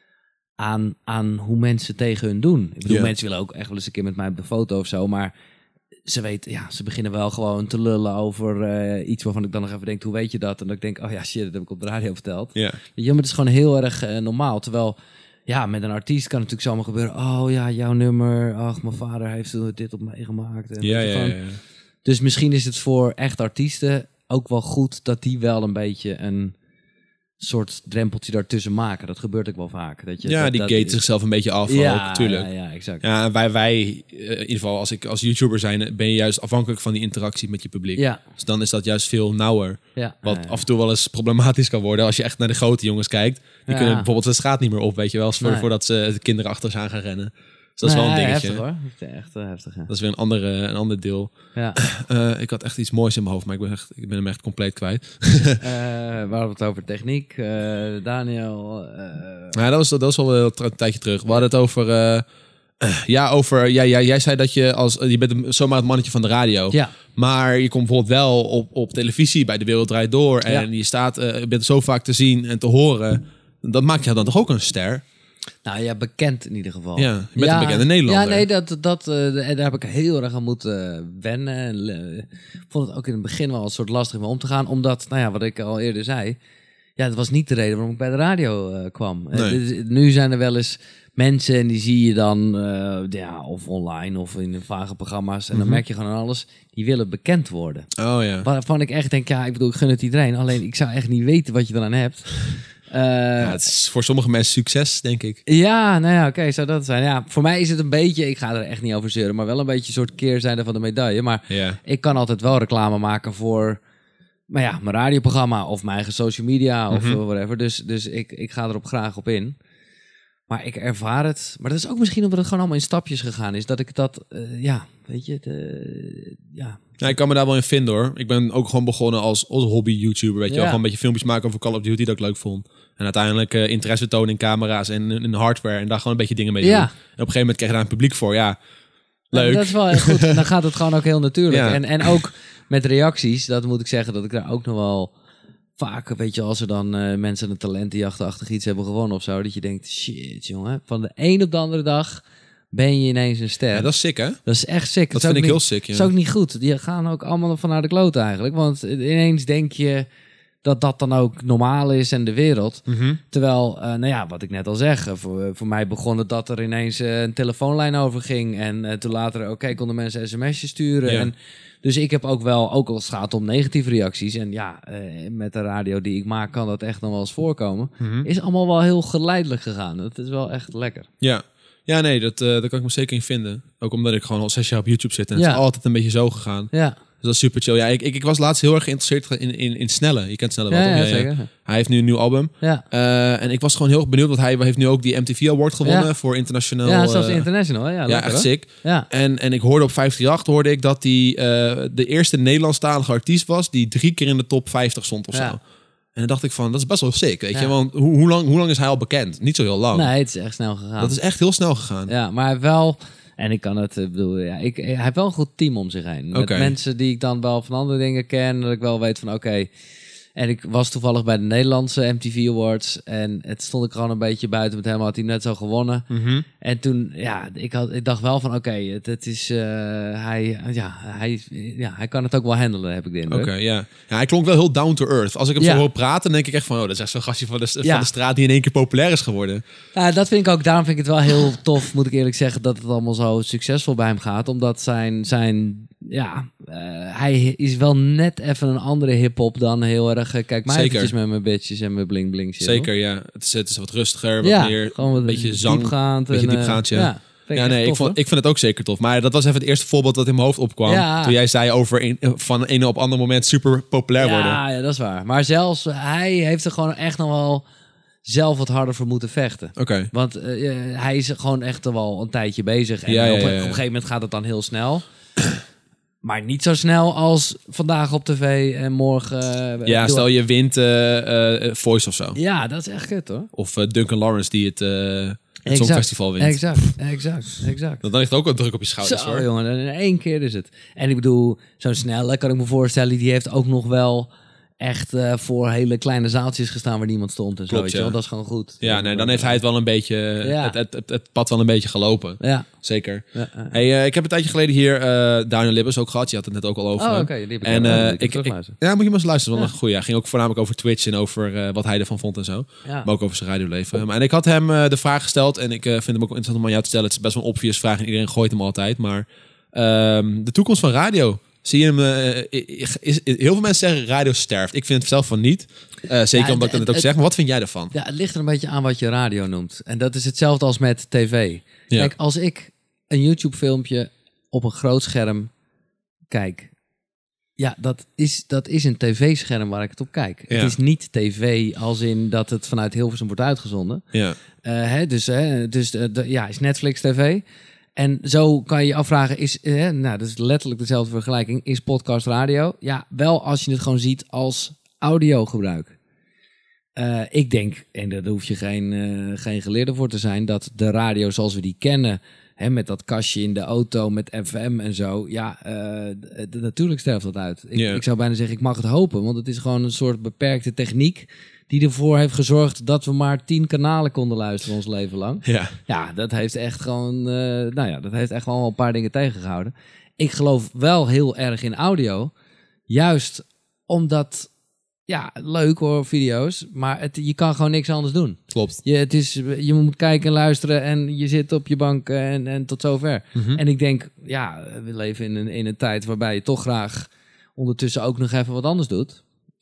B: aan, aan hoe mensen tegen hun doen. Ik bedoel,
A: Ja.
B: mensen willen ook echt wel eens een keer met mij op de foto of zo. Maar ze weten, ja, ze beginnen wel gewoon te lullen over uh, iets waarvan ik dan nog even denk, hoe weet je dat? En dat ik denk, oh ja, shit, dat heb ik op de radio verteld.
A: Ja.
B: Weet je, maar het is gewoon heel erg uh, normaal. Terwijl, ja, met een artiest kan het natuurlijk zomaar gebeuren. Oh ja, jouw nummer. Ach, mijn vader heeft dit op meegemaakt. En
A: Ja,
B: weet je,
A: ja,
B: gewoon-
A: ja, ja.
B: Dus misschien is het voor echt artiesten ook wel goed dat die wel een beetje een soort drempeltje daartussen maken. Dat gebeurt ook wel vaak. Dat je,
A: Ja,
B: dat,
A: die
B: dat,
A: gate zichzelf een beetje af
B: ja,
A: ook, natuurlijk.
B: Ja, ja, exact.
A: Ja, en wij, wij, uh, in ieder geval als ik als YouTuber zijn, ben je juist afhankelijk van die interactie met je publiek.
B: Ja,
A: Dus dan is dat juist veel nauwer.
B: ja.
A: Wat
B: ja, ja.
A: af en toe wel eens problematisch kan worden als je echt naar de grote jongens kijkt. Die
B: Ja.
A: kunnen bijvoorbeeld de straat niet meer op, weet je wel, voor,
B: Nee.
A: voordat ze de kinderen achter ze aan gaan rennen. Dus dat is
B: Nee,
A: wel een dingetje.
B: Heftig hoor. Dat is echt uh, heftig, ja.
A: Dat is weer een, andere, een ander deel.
B: ja.
A: Uh, ik had echt iets moois in mijn hoofd, maar ik ben, echt, ik ben hem echt compleet kwijt.
B: Uh, we hadden het over techniek. Uh, Daniel. Uh,
A: Ja, dat was, dat was al een, een tijdje terug. We hadden het over... Uh, uh, ja, over... Ja, ja, jij zei dat je als... Je bent zomaar het mannetje van de radio.
B: ja.
A: Maar je komt bijvoorbeeld wel op, op televisie bij De Wereld Draait Door. En
B: Ja.
A: je, staat, uh, je bent zo vaak te zien en te horen. Dat maakt jou dan toch ook een ster?
B: Nou ja, bekend in ieder geval.
A: Ja, je bent een bekende Nederlander.
B: Ja, nee, dat, dat, uh, daar heb ik heel erg aan moeten wennen. En, uh, ik vond het ook in het begin wel een soort lastig om om te gaan. Omdat, nou ja, wat ik al eerder zei. Ja, dat was niet de reden waarom ik bij de radio uh, kwam. Uh,
A: Nee.
B: dus, nu zijn er wel eens mensen en die zie je dan uh, ja, of online of in vage programma's. En dan
A: Mhm.
B: merk je gewoon aan alles, die willen bekend worden.
A: Oh ja.
B: Waarvan ik echt denk, ja, ik bedoel, ik gun het iedereen. Alleen, ik zou echt niet weten wat je eraan hebt. Uh,
A: Ja, het is voor sommige mensen succes, denk ik.
B: Ja, nou ja, oké, zou dat zijn. Ja, voor mij is het een beetje, ik ga er echt niet over zeuren, maar wel een beetje een soort keerzijde van de medaille. Maar
A: Ja.
B: ik kan altijd wel reclame maken voor, maar ja, mijn radioprogramma of mijn eigen social media of
A: Mhm.
B: uh, whatever. Dus, dus ik, ik ga erop graag op in. Maar ik ervaar het. Maar dat is ook misschien omdat het gewoon allemaal in stapjes gegaan is. Dat ik dat, uh, ja, weet je, de, ja.
A: Ja, ik kan me daar wel in vinden hoor. Ik ben ook gewoon begonnen als, als hobby-YouTuber, weet je
B: Ja.
A: wel. Gewoon een beetje filmpjes maken over Call of Duty dat ik leuk vond. En uiteindelijk uh, interesse tonen in camera's en in hardware. En daar gewoon een beetje dingen mee doen.
B: Ja.
A: En op een gegeven moment krijg je daar een publiek voor. Ja,
B: Ja,
A: leuk.
B: dat is wel heel goed. En dan gaat het gewoon ook heel natuurlijk.
A: Ja.
B: En, en ook met reacties, dat moet ik zeggen, dat ik daar ook nog wel vaak, weet je, als er dan uh, mensen een talentenjachtachtig iets hebben gewonnen of zo, dat je denkt, shit jongen, van de een op de andere dag ben je ineens een ster.
A: Ja, dat is sick hè?
B: Dat is echt sick.
A: Dat
B: is
A: vind
B: ook
A: ik
B: niet,
A: heel sick, ja.
B: Dat is ook niet goed. Die gaan ook allemaal vanuit de kloot eigenlijk. Want ineens denk je dat dat dan ook normaal is en de wereld.
A: Mhm.
B: Terwijl, uh, nou ja, wat ik net al zeg, uh, voor, voor mij begon het dat er ineens uh, een telefoonlijn overging. En uh, toen later, oké, okay, konden mensen sms'jes sturen.
A: Ja.
B: En dus ik heb ook wel, ook als het gaat om negatieve reacties. En ja, uh, met de radio die ik maak kan dat echt nog wel eens voorkomen.
A: Mhm.
B: Is allemaal wel heel geleidelijk gegaan. Dat is wel echt lekker.
A: Ja. Ja, nee, dat, uh, daar kan ik me zeker in vinden. Ook omdat ik gewoon al zes jaar op YouTube zit en het
B: Ja.
A: is altijd een beetje zo gegaan.
B: Ja.
A: dat is super chill. Ja, ik, ik, ik was laatst heel erg geïnteresseerd in, in, in Snelle. Je kent Snelle wel,
B: Ja,
A: toch?
B: ja,
A: Ja, ja.
B: zeker.
A: Hij heeft nu een nieuw album.
B: Ja,
A: Uh, en ik was gewoon heel erg benieuwd, want hij heeft nu ook die M T V Award gewonnen
B: Ja.
A: voor internationaal.
B: ja zoals
A: uh,
B: international. Ja,
A: ja,
B: lekker,
A: echt
B: hoor.
A: sick.
B: Ja.
A: En, en ik hoorde op vijf drie acht hoorde ik dat hij uh, de eerste Nederlandstalige artiest was die drie keer in de top vijftig stond of
B: Ja.
A: zo. En dan dacht ik van, dat is best wel sick, weet
B: Ja.
A: je. Want hoe, hoe, lang, hoe lang is hij al bekend? Niet zo heel lang.
B: Nee, het is echt snel gegaan.
A: Dat is echt heel snel gegaan.
B: Ja, maar hij heeft wel... En ik kan het, ik bedoel, ja, ik, hij heeft wel een goed team om zich heen. Met
A: Oké.
B: mensen die ik dan wel van andere dingen ken. Dat ik wel weet van, oké... Okay. En ik was toevallig bij de Nederlandse M T V Awards. En het stond ik gewoon een beetje buiten met hem. Had hij net zo gewonnen.
A: Mm-hmm.
B: En toen, ja, ik, had, ik dacht wel van, oké, okay, het, het is... Uh, hij, ja, hij, ja, hij kan het ook wel handelen, heb ik de indruk.
A: Oké, okay, ja. ja. Hij klonk wel heel down to earth. Als ik hem
B: Ja.
A: zo hoor praten, denk ik echt van... oh, dat is echt zo'n gastje van de,
B: Ja.
A: van de straat die in één keer populair is geworden.
B: Ja, dat vind ik ook. Daarom vind ik het wel heel tof, moet ik eerlijk zeggen, dat het allemaal zo succesvol bij hem gaat. Omdat zijn, zijn ja, uh, hij is wel net even een andere hip-hop dan heel erg. Uh, kijk maar eventjes met mijn bitches en mijn bling bling.
A: Zeker, ja. Het is, het is wat rustiger, wat
B: ja,
A: meer,
B: gewoon wat
A: een beetje zang,
B: diepgaand.
A: beetje
B: en,
A: diepgaand, ja.
B: Uh, ja.
A: Ja, nee, tof, ik, vond, ik vind het ook zeker tof. Maar dat was even het eerste voorbeeld dat in mijn hoofd opkwam.
B: Ja.
A: Toen jij zei over een, van een op ander moment super populair
B: ja,
A: worden.
B: Ja, dat is waar. Maar zelfs hij heeft er gewoon echt nog wel zelf wat harder voor moeten vechten.
A: Oké. Okay.
B: Want uh, hij is gewoon echt al wel een tijdje bezig. En
A: ja, ja,
B: op,
A: ja, ja.
B: op een gegeven moment gaat het dan heel snel. Maar niet zo snel als vandaag op tv en morgen... Uh,
A: ja, stel je wint uh, uh, Voice of zo.
B: Ja, dat is echt kut hoor.
A: Of uh, Duncan Lawrence die het... Uh, Het Songfestival wint.
B: Exact, exact, exact.
A: Dan ligt ook wel druk op je schouders.
B: Zo,
A: hoor.
B: jongen, in één keer is het. En ik bedoel, zo'n snelle kan ik me voorstellen, die heeft ook nog wel echt uh, voor hele kleine zaaltjes gestaan waar niemand stond en zo.
A: Klopt,
B: weet je
A: ja.
B: wel? Dat is gewoon goed.
A: Ja, nee, dan heeft hij het wel een beetje,
B: Ja.
A: het, het, het, het pad wel een beetje gelopen.
B: Ja.
A: Zeker.
B: Ja, uh,
A: hey, uh, ik heb een tijdje geleden hier uh, Daniel Libbers ook gehad. Je had het net ook al over.
B: Oh, oké. Okay. Die heb ik
A: en,
B: uh,
A: ik, ik, ik, ja, moet je maar eens luisteren.
B: Ja.
A: Wel goed. Ja, ging ook voornamelijk over Twitch en over uh, wat hij ervan vond en zo.
B: Ja.
A: Maar ook over zijn radioleven. Um, en ik had hem uh, de vraag gesteld en ik uh, vind hem ook interessant om aan jou te stellen. Het is best wel een obvious vraag en iedereen gooit hem altijd. Maar um, de toekomst van radio. Zie je hem? Uh, is, is, heel veel mensen zeggen radio sterft. Ik vind het zelf van niet. Uh, zeker
B: ja,
A: omdat ik dat net ook
B: het,
A: zeg. Maar wat vind jij ervan?
B: Ja, het ligt er een beetje aan wat je radio noemt. En dat is hetzelfde als met tv. Ja. Kijk, als ik een YouTube-filmpje op een groot scherm kijk. Ja, dat is, dat is een tv-scherm waar ik het op kijk. Ja. Het is niet tv als in dat het vanuit Hilversum wordt uitgezonden.
A: Ja.
B: Uh, hè, dus hè, dus uh, de, ja, is Netflix tv. En zo kan je je afvragen, is, eh, nou, dat is letterlijk dezelfde vergelijking, is podcast radio? Ja, wel als je het gewoon ziet als audiogebruik. Uh, ik denk, en daar hoef je geen, uh, geen geleerde voor te zijn, dat de radio zoals we die kennen, hè, met dat kastje in de auto, met F M en zo, ja, uh, d- d- natuurlijk sterft dat uit. Ik,
A: Yeah.
B: ik zou bijna zeggen, ik mag het hopen, want het is gewoon een soort beperkte techniek die ervoor heeft gezorgd dat we maar tien kanalen konden luisteren ons leven lang.
A: Ja.
B: Ja, dat heeft echt gewoon, uh, nou ja, dat heeft echt gewoon wel een paar dingen tegengehouden. Ik geloof wel heel erg in audio, juist omdat, ja, leuk hoor, video's, maar het, je kan gewoon niks anders doen.
A: Klopt.
B: Je, het is, je moet kijken en luisteren en je zit op je bank en, en tot zover.
A: Mm-hmm.
B: En ik denk, ja, we leven in een, in een tijd waarbij je toch graag ondertussen ook nog even wat anders doet.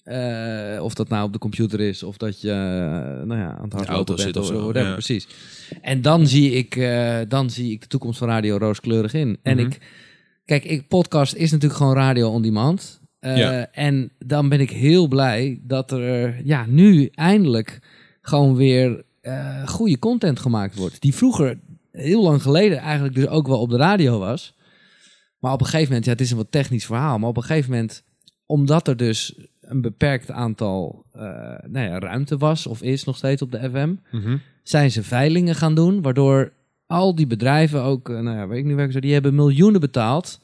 B: Uh, of dat nou op de computer is, of dat je uh, nou ja, aan het hardlopen bent of zo. Whatever, ja. Precies. En dan zie, ik, uh, dan zie ik de toekomst van radio rooskleurig in. En mm-hmm. ik, kijk, ik, podcast is natuurlijk gewoon radio on demand. Uh, ja. En dan ben ik heel blij dat er ja, nu eindelijk gewoon weer uh, goede content gemaakt wordt. Die vroeger, heel lang geleden, eigenlijk dus ook wel op de radio was. Maar op een gegeven moment, ja, het is een wat technisch verhaal, maar op een gegeven moment, omdat er dus een beperkt aantal uh, nou ja, ruimte was of is nog steeds op de F M,
A: mm-hmm.
B: zijn ze veilingen gaan doen, waardoor al die bedrijven ook, uh, nou ja, weet ik niet welke, die hebben miljoenen betaald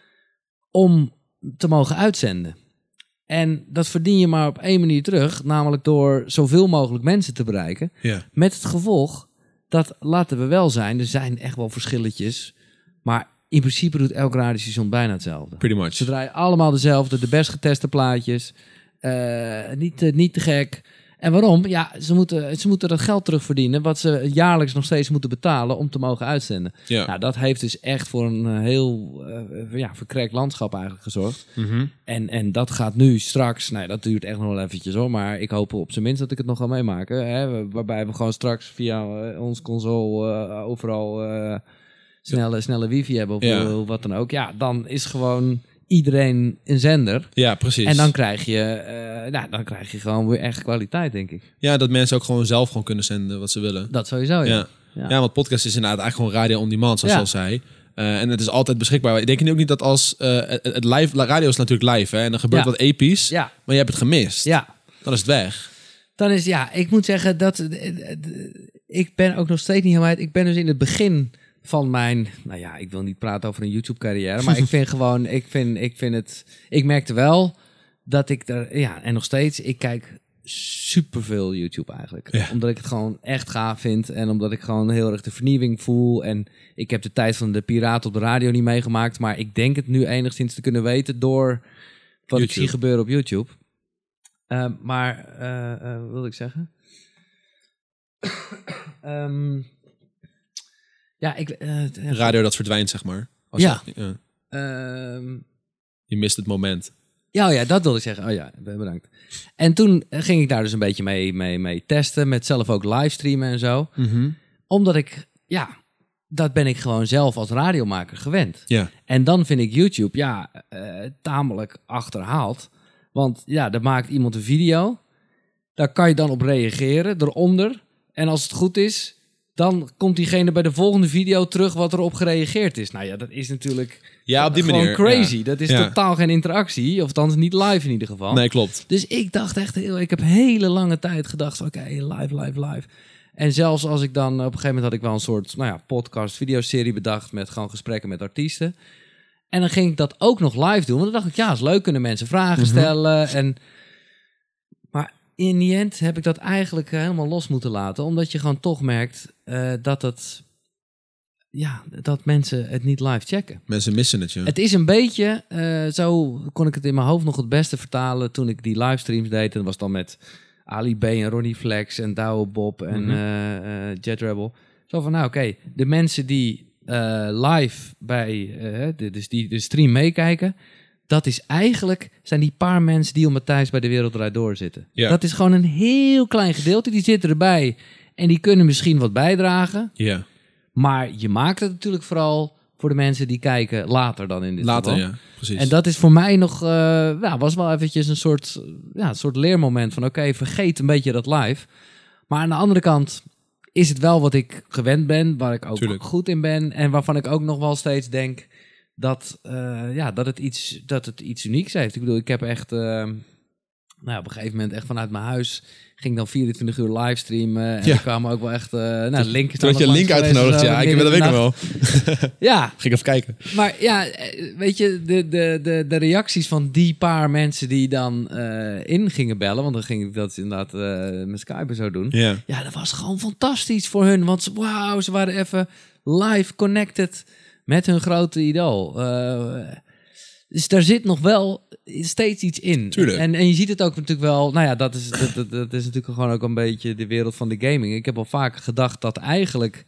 B: om te mogen uitzenden. En dat verdien je maar op één manier terug, namelijk door zoveel mogelijk mensen te bereiken.
A: Yeah.
B: Met het gevolg dat, laten we wel zijn, er zijn echt wel verschilletjes, maar in principe doet elk radiostation bijna hetzelfde.
A: Pretty much.
B: Ze draaien allemaal dezelfde, de best geteste plaatjes. Uh, niet, uh, niet te gek. En waarom? Ja, ze moeten, ze moeten dat geld terugverdienen wat ze jaarlijks nog steeds moeten betalen om te mogen uitzenden.
A: Ja.
B: Nou, dat heeft dus echt voor een heel uh, ja, verkrekt landschap eigenlijk gezorgd.
A: Mm-hmm.
B: En, en dat gaat nu straks, nou, dat duurt echt nog wel eventjes hoor, maar ik hoop op zijn minst dat ik het nog ga meemaken. Hè, waarbij we gewoon straks via uh, ons console uh, overal uh, snelle, snelle wifi hebben of
A: ja.
B: uh, wat dan ook. Ja, dan is gewoon iedereen een zender.
A: Ja, precies.
B: En dan krijg je, uh, nou, dan krijg je gewoon weer echt kwaliteit, denk ik.
A: Ja, dat mensen ook gewoon zelf gewoon kunnen zenden wat ze willen.
B: Dat sowieso, ja.
A: Ja, ja. ja want podcast is inderdaad eigenlijk gewoon radio on demand, zoals
B: ja.
A: je al zei. Uh, en het is altijd beschikbaar. Ik denk nu ook niet dat als... Uh, het live, radio is natuurlijk live, hè. En dan gebeurt ja. wat episch. Ja. Maar je hebt het gemist.
B: Ja.
A: Dan is het weg.
B: Dan is, ja, ik moet zeggen dat... Ik ben ook nog steeds niet helemaal... Ik ben dus in het begin van mijn... Nou ja, ik wil niet praten over een YouTube-carrière. Maar ik vind gewoon... Ik vind, ik vind het... Ik merkte wel dat ik er... Ja, en nog steeds... Ik kijk superveel YouTube eigenlijk. Ja. Omdat ik het gewoon echt gaaf vind. En omdat ik gewoon heel erg de vernieuwing voel. En ik heb de tijd van de piraten op de radio niet meegemaakt. Maar ik denk het nu enigszins te kunnen weten door wat YouTube. Ik zie gebeuren op YouTube. Uh, maar, uh, uh, wat wil ik zeggen? um, ja, ik... Uh,
A: radio dat verdwijnt, zeg maar. Als
B: ja.
A: Je, ja.
B: Um,
A: je mist het moment.
B: Ja, oh ja, dat wilde ik zeggen. Oh ja, bedankt. En toen ging ik daar dus een beetje mee, mee, mee testen. Met zelf ook livestreamen en zo.
A: Mm-hmm.
B: Omdat ik, ja, dat ben ik gewoon zelf als radiomaker gewend.
A: Ja.
B: En dan vind ik YouTube, ja, uh, tamelijk achterhaald. Want ja, daar maakt iemand een video. Daar kan je dan op reageren, eronder. En als het goed is, dan komt diegene bij de volgende video terug wat erop gereageerd is. Nou ja, dat is natuurlijk
A: ja, op die
B: gewoon
A: manier,
B: crazy.
A: Ja.
B: Dat is
A: ja.
B: totaal geen interactie. Of dan niet live in ieder geval.
A: Nee, klopt.
B: Dus ik dacht echt heel... Ik heb hele lange tijd gedacht, oké, okay, live, live, live. En zelfs als ik dan... Op een gegeven moment had ik wel een soort nou ja, podcast, videoserie bedacht met gewoon gesprekken met artiesten. En dan ging ik dat ook nog live doen. Want dan dacht ik, ja, is leuk, kunnen mensen vragen stellen. Mm-hmm. En, maar in die end heb ik dat eigenlijk helemaal los moeten laten. Omdat je gewoon toch merkt uh, dat het... Ja, dat mensen het niet live checken.
A: Mensen missen het, ja.
B: Het is een beetje... Uh, zo kon ik het in mijn hoofd nog het beste vertalen toen ik die livestreams deed. En dat was dan met Ali B en Ronnie Flex en Douwe Bob en mm-hmm. uh, uh, Jet Rebel. Zo van, nou oké, okay, de mensen die... Uh, live bij uh, de, dus die de stream meekijken, dat is eigenlijk zijn die paar mensen die om Matthijs bij De Wereld Draait Door zitten. Ja. Dat is gewoon een heel klein gedeelte, die zitten erbij en die kunnen misschien wat bijdragen.
A: Ja.
B: Maar je maakt het natuurlijk vooral voor de mensen die kijken later dan in dit
A: later,
B: geval.
A: Ja, precies.
B: En dat is voor mij nog, uh, ja, was wel eventjes een soort, ja, een soort leermoment van oké, okay, vergeet een beetje dat live. Maar aan de andere kant is het wel wat ik gewend ben, waar ik ook Tuurlijk. goed in ben en waarvan ik ook nog wel steeds denk dat, uh, ja, dat, het iets, dat het iets unieks heeft. Ik bedoel, ik heb echt, uh, nou, op een gegeven moment echt vanuit mijn huis ging dan vierentwintig uur livestreamen en ja. er kwamen ook wel echt, uh, nou, linken.
A: Toen had je een link uitgenodigd, ja, ik dat weet ik wel.
B: Ja.
A: Ging even kijken.
B: Maar ja, weet je, de, de, de, de reacties van die paar mensen die dan uh, in gingen bellen, want dan ging ik dat inderdaad uh, met Skype zo doen.
A: Ja.
B: Ja, dat was gewoon fantastisch voor hun, want wauw, ze waren even live connected met hun grote idool. Uh, dus daar zit nog wel steeds iets in.
A: Tuurlijk.
B: En, en je ziet het ook natuurlijk wel... Nou ja, dat is, dat, dat, dat is natuurlijk gewoon ook een beetje de wereld van de gaming. Ik heb al vaker gedacht dat eigenlijk...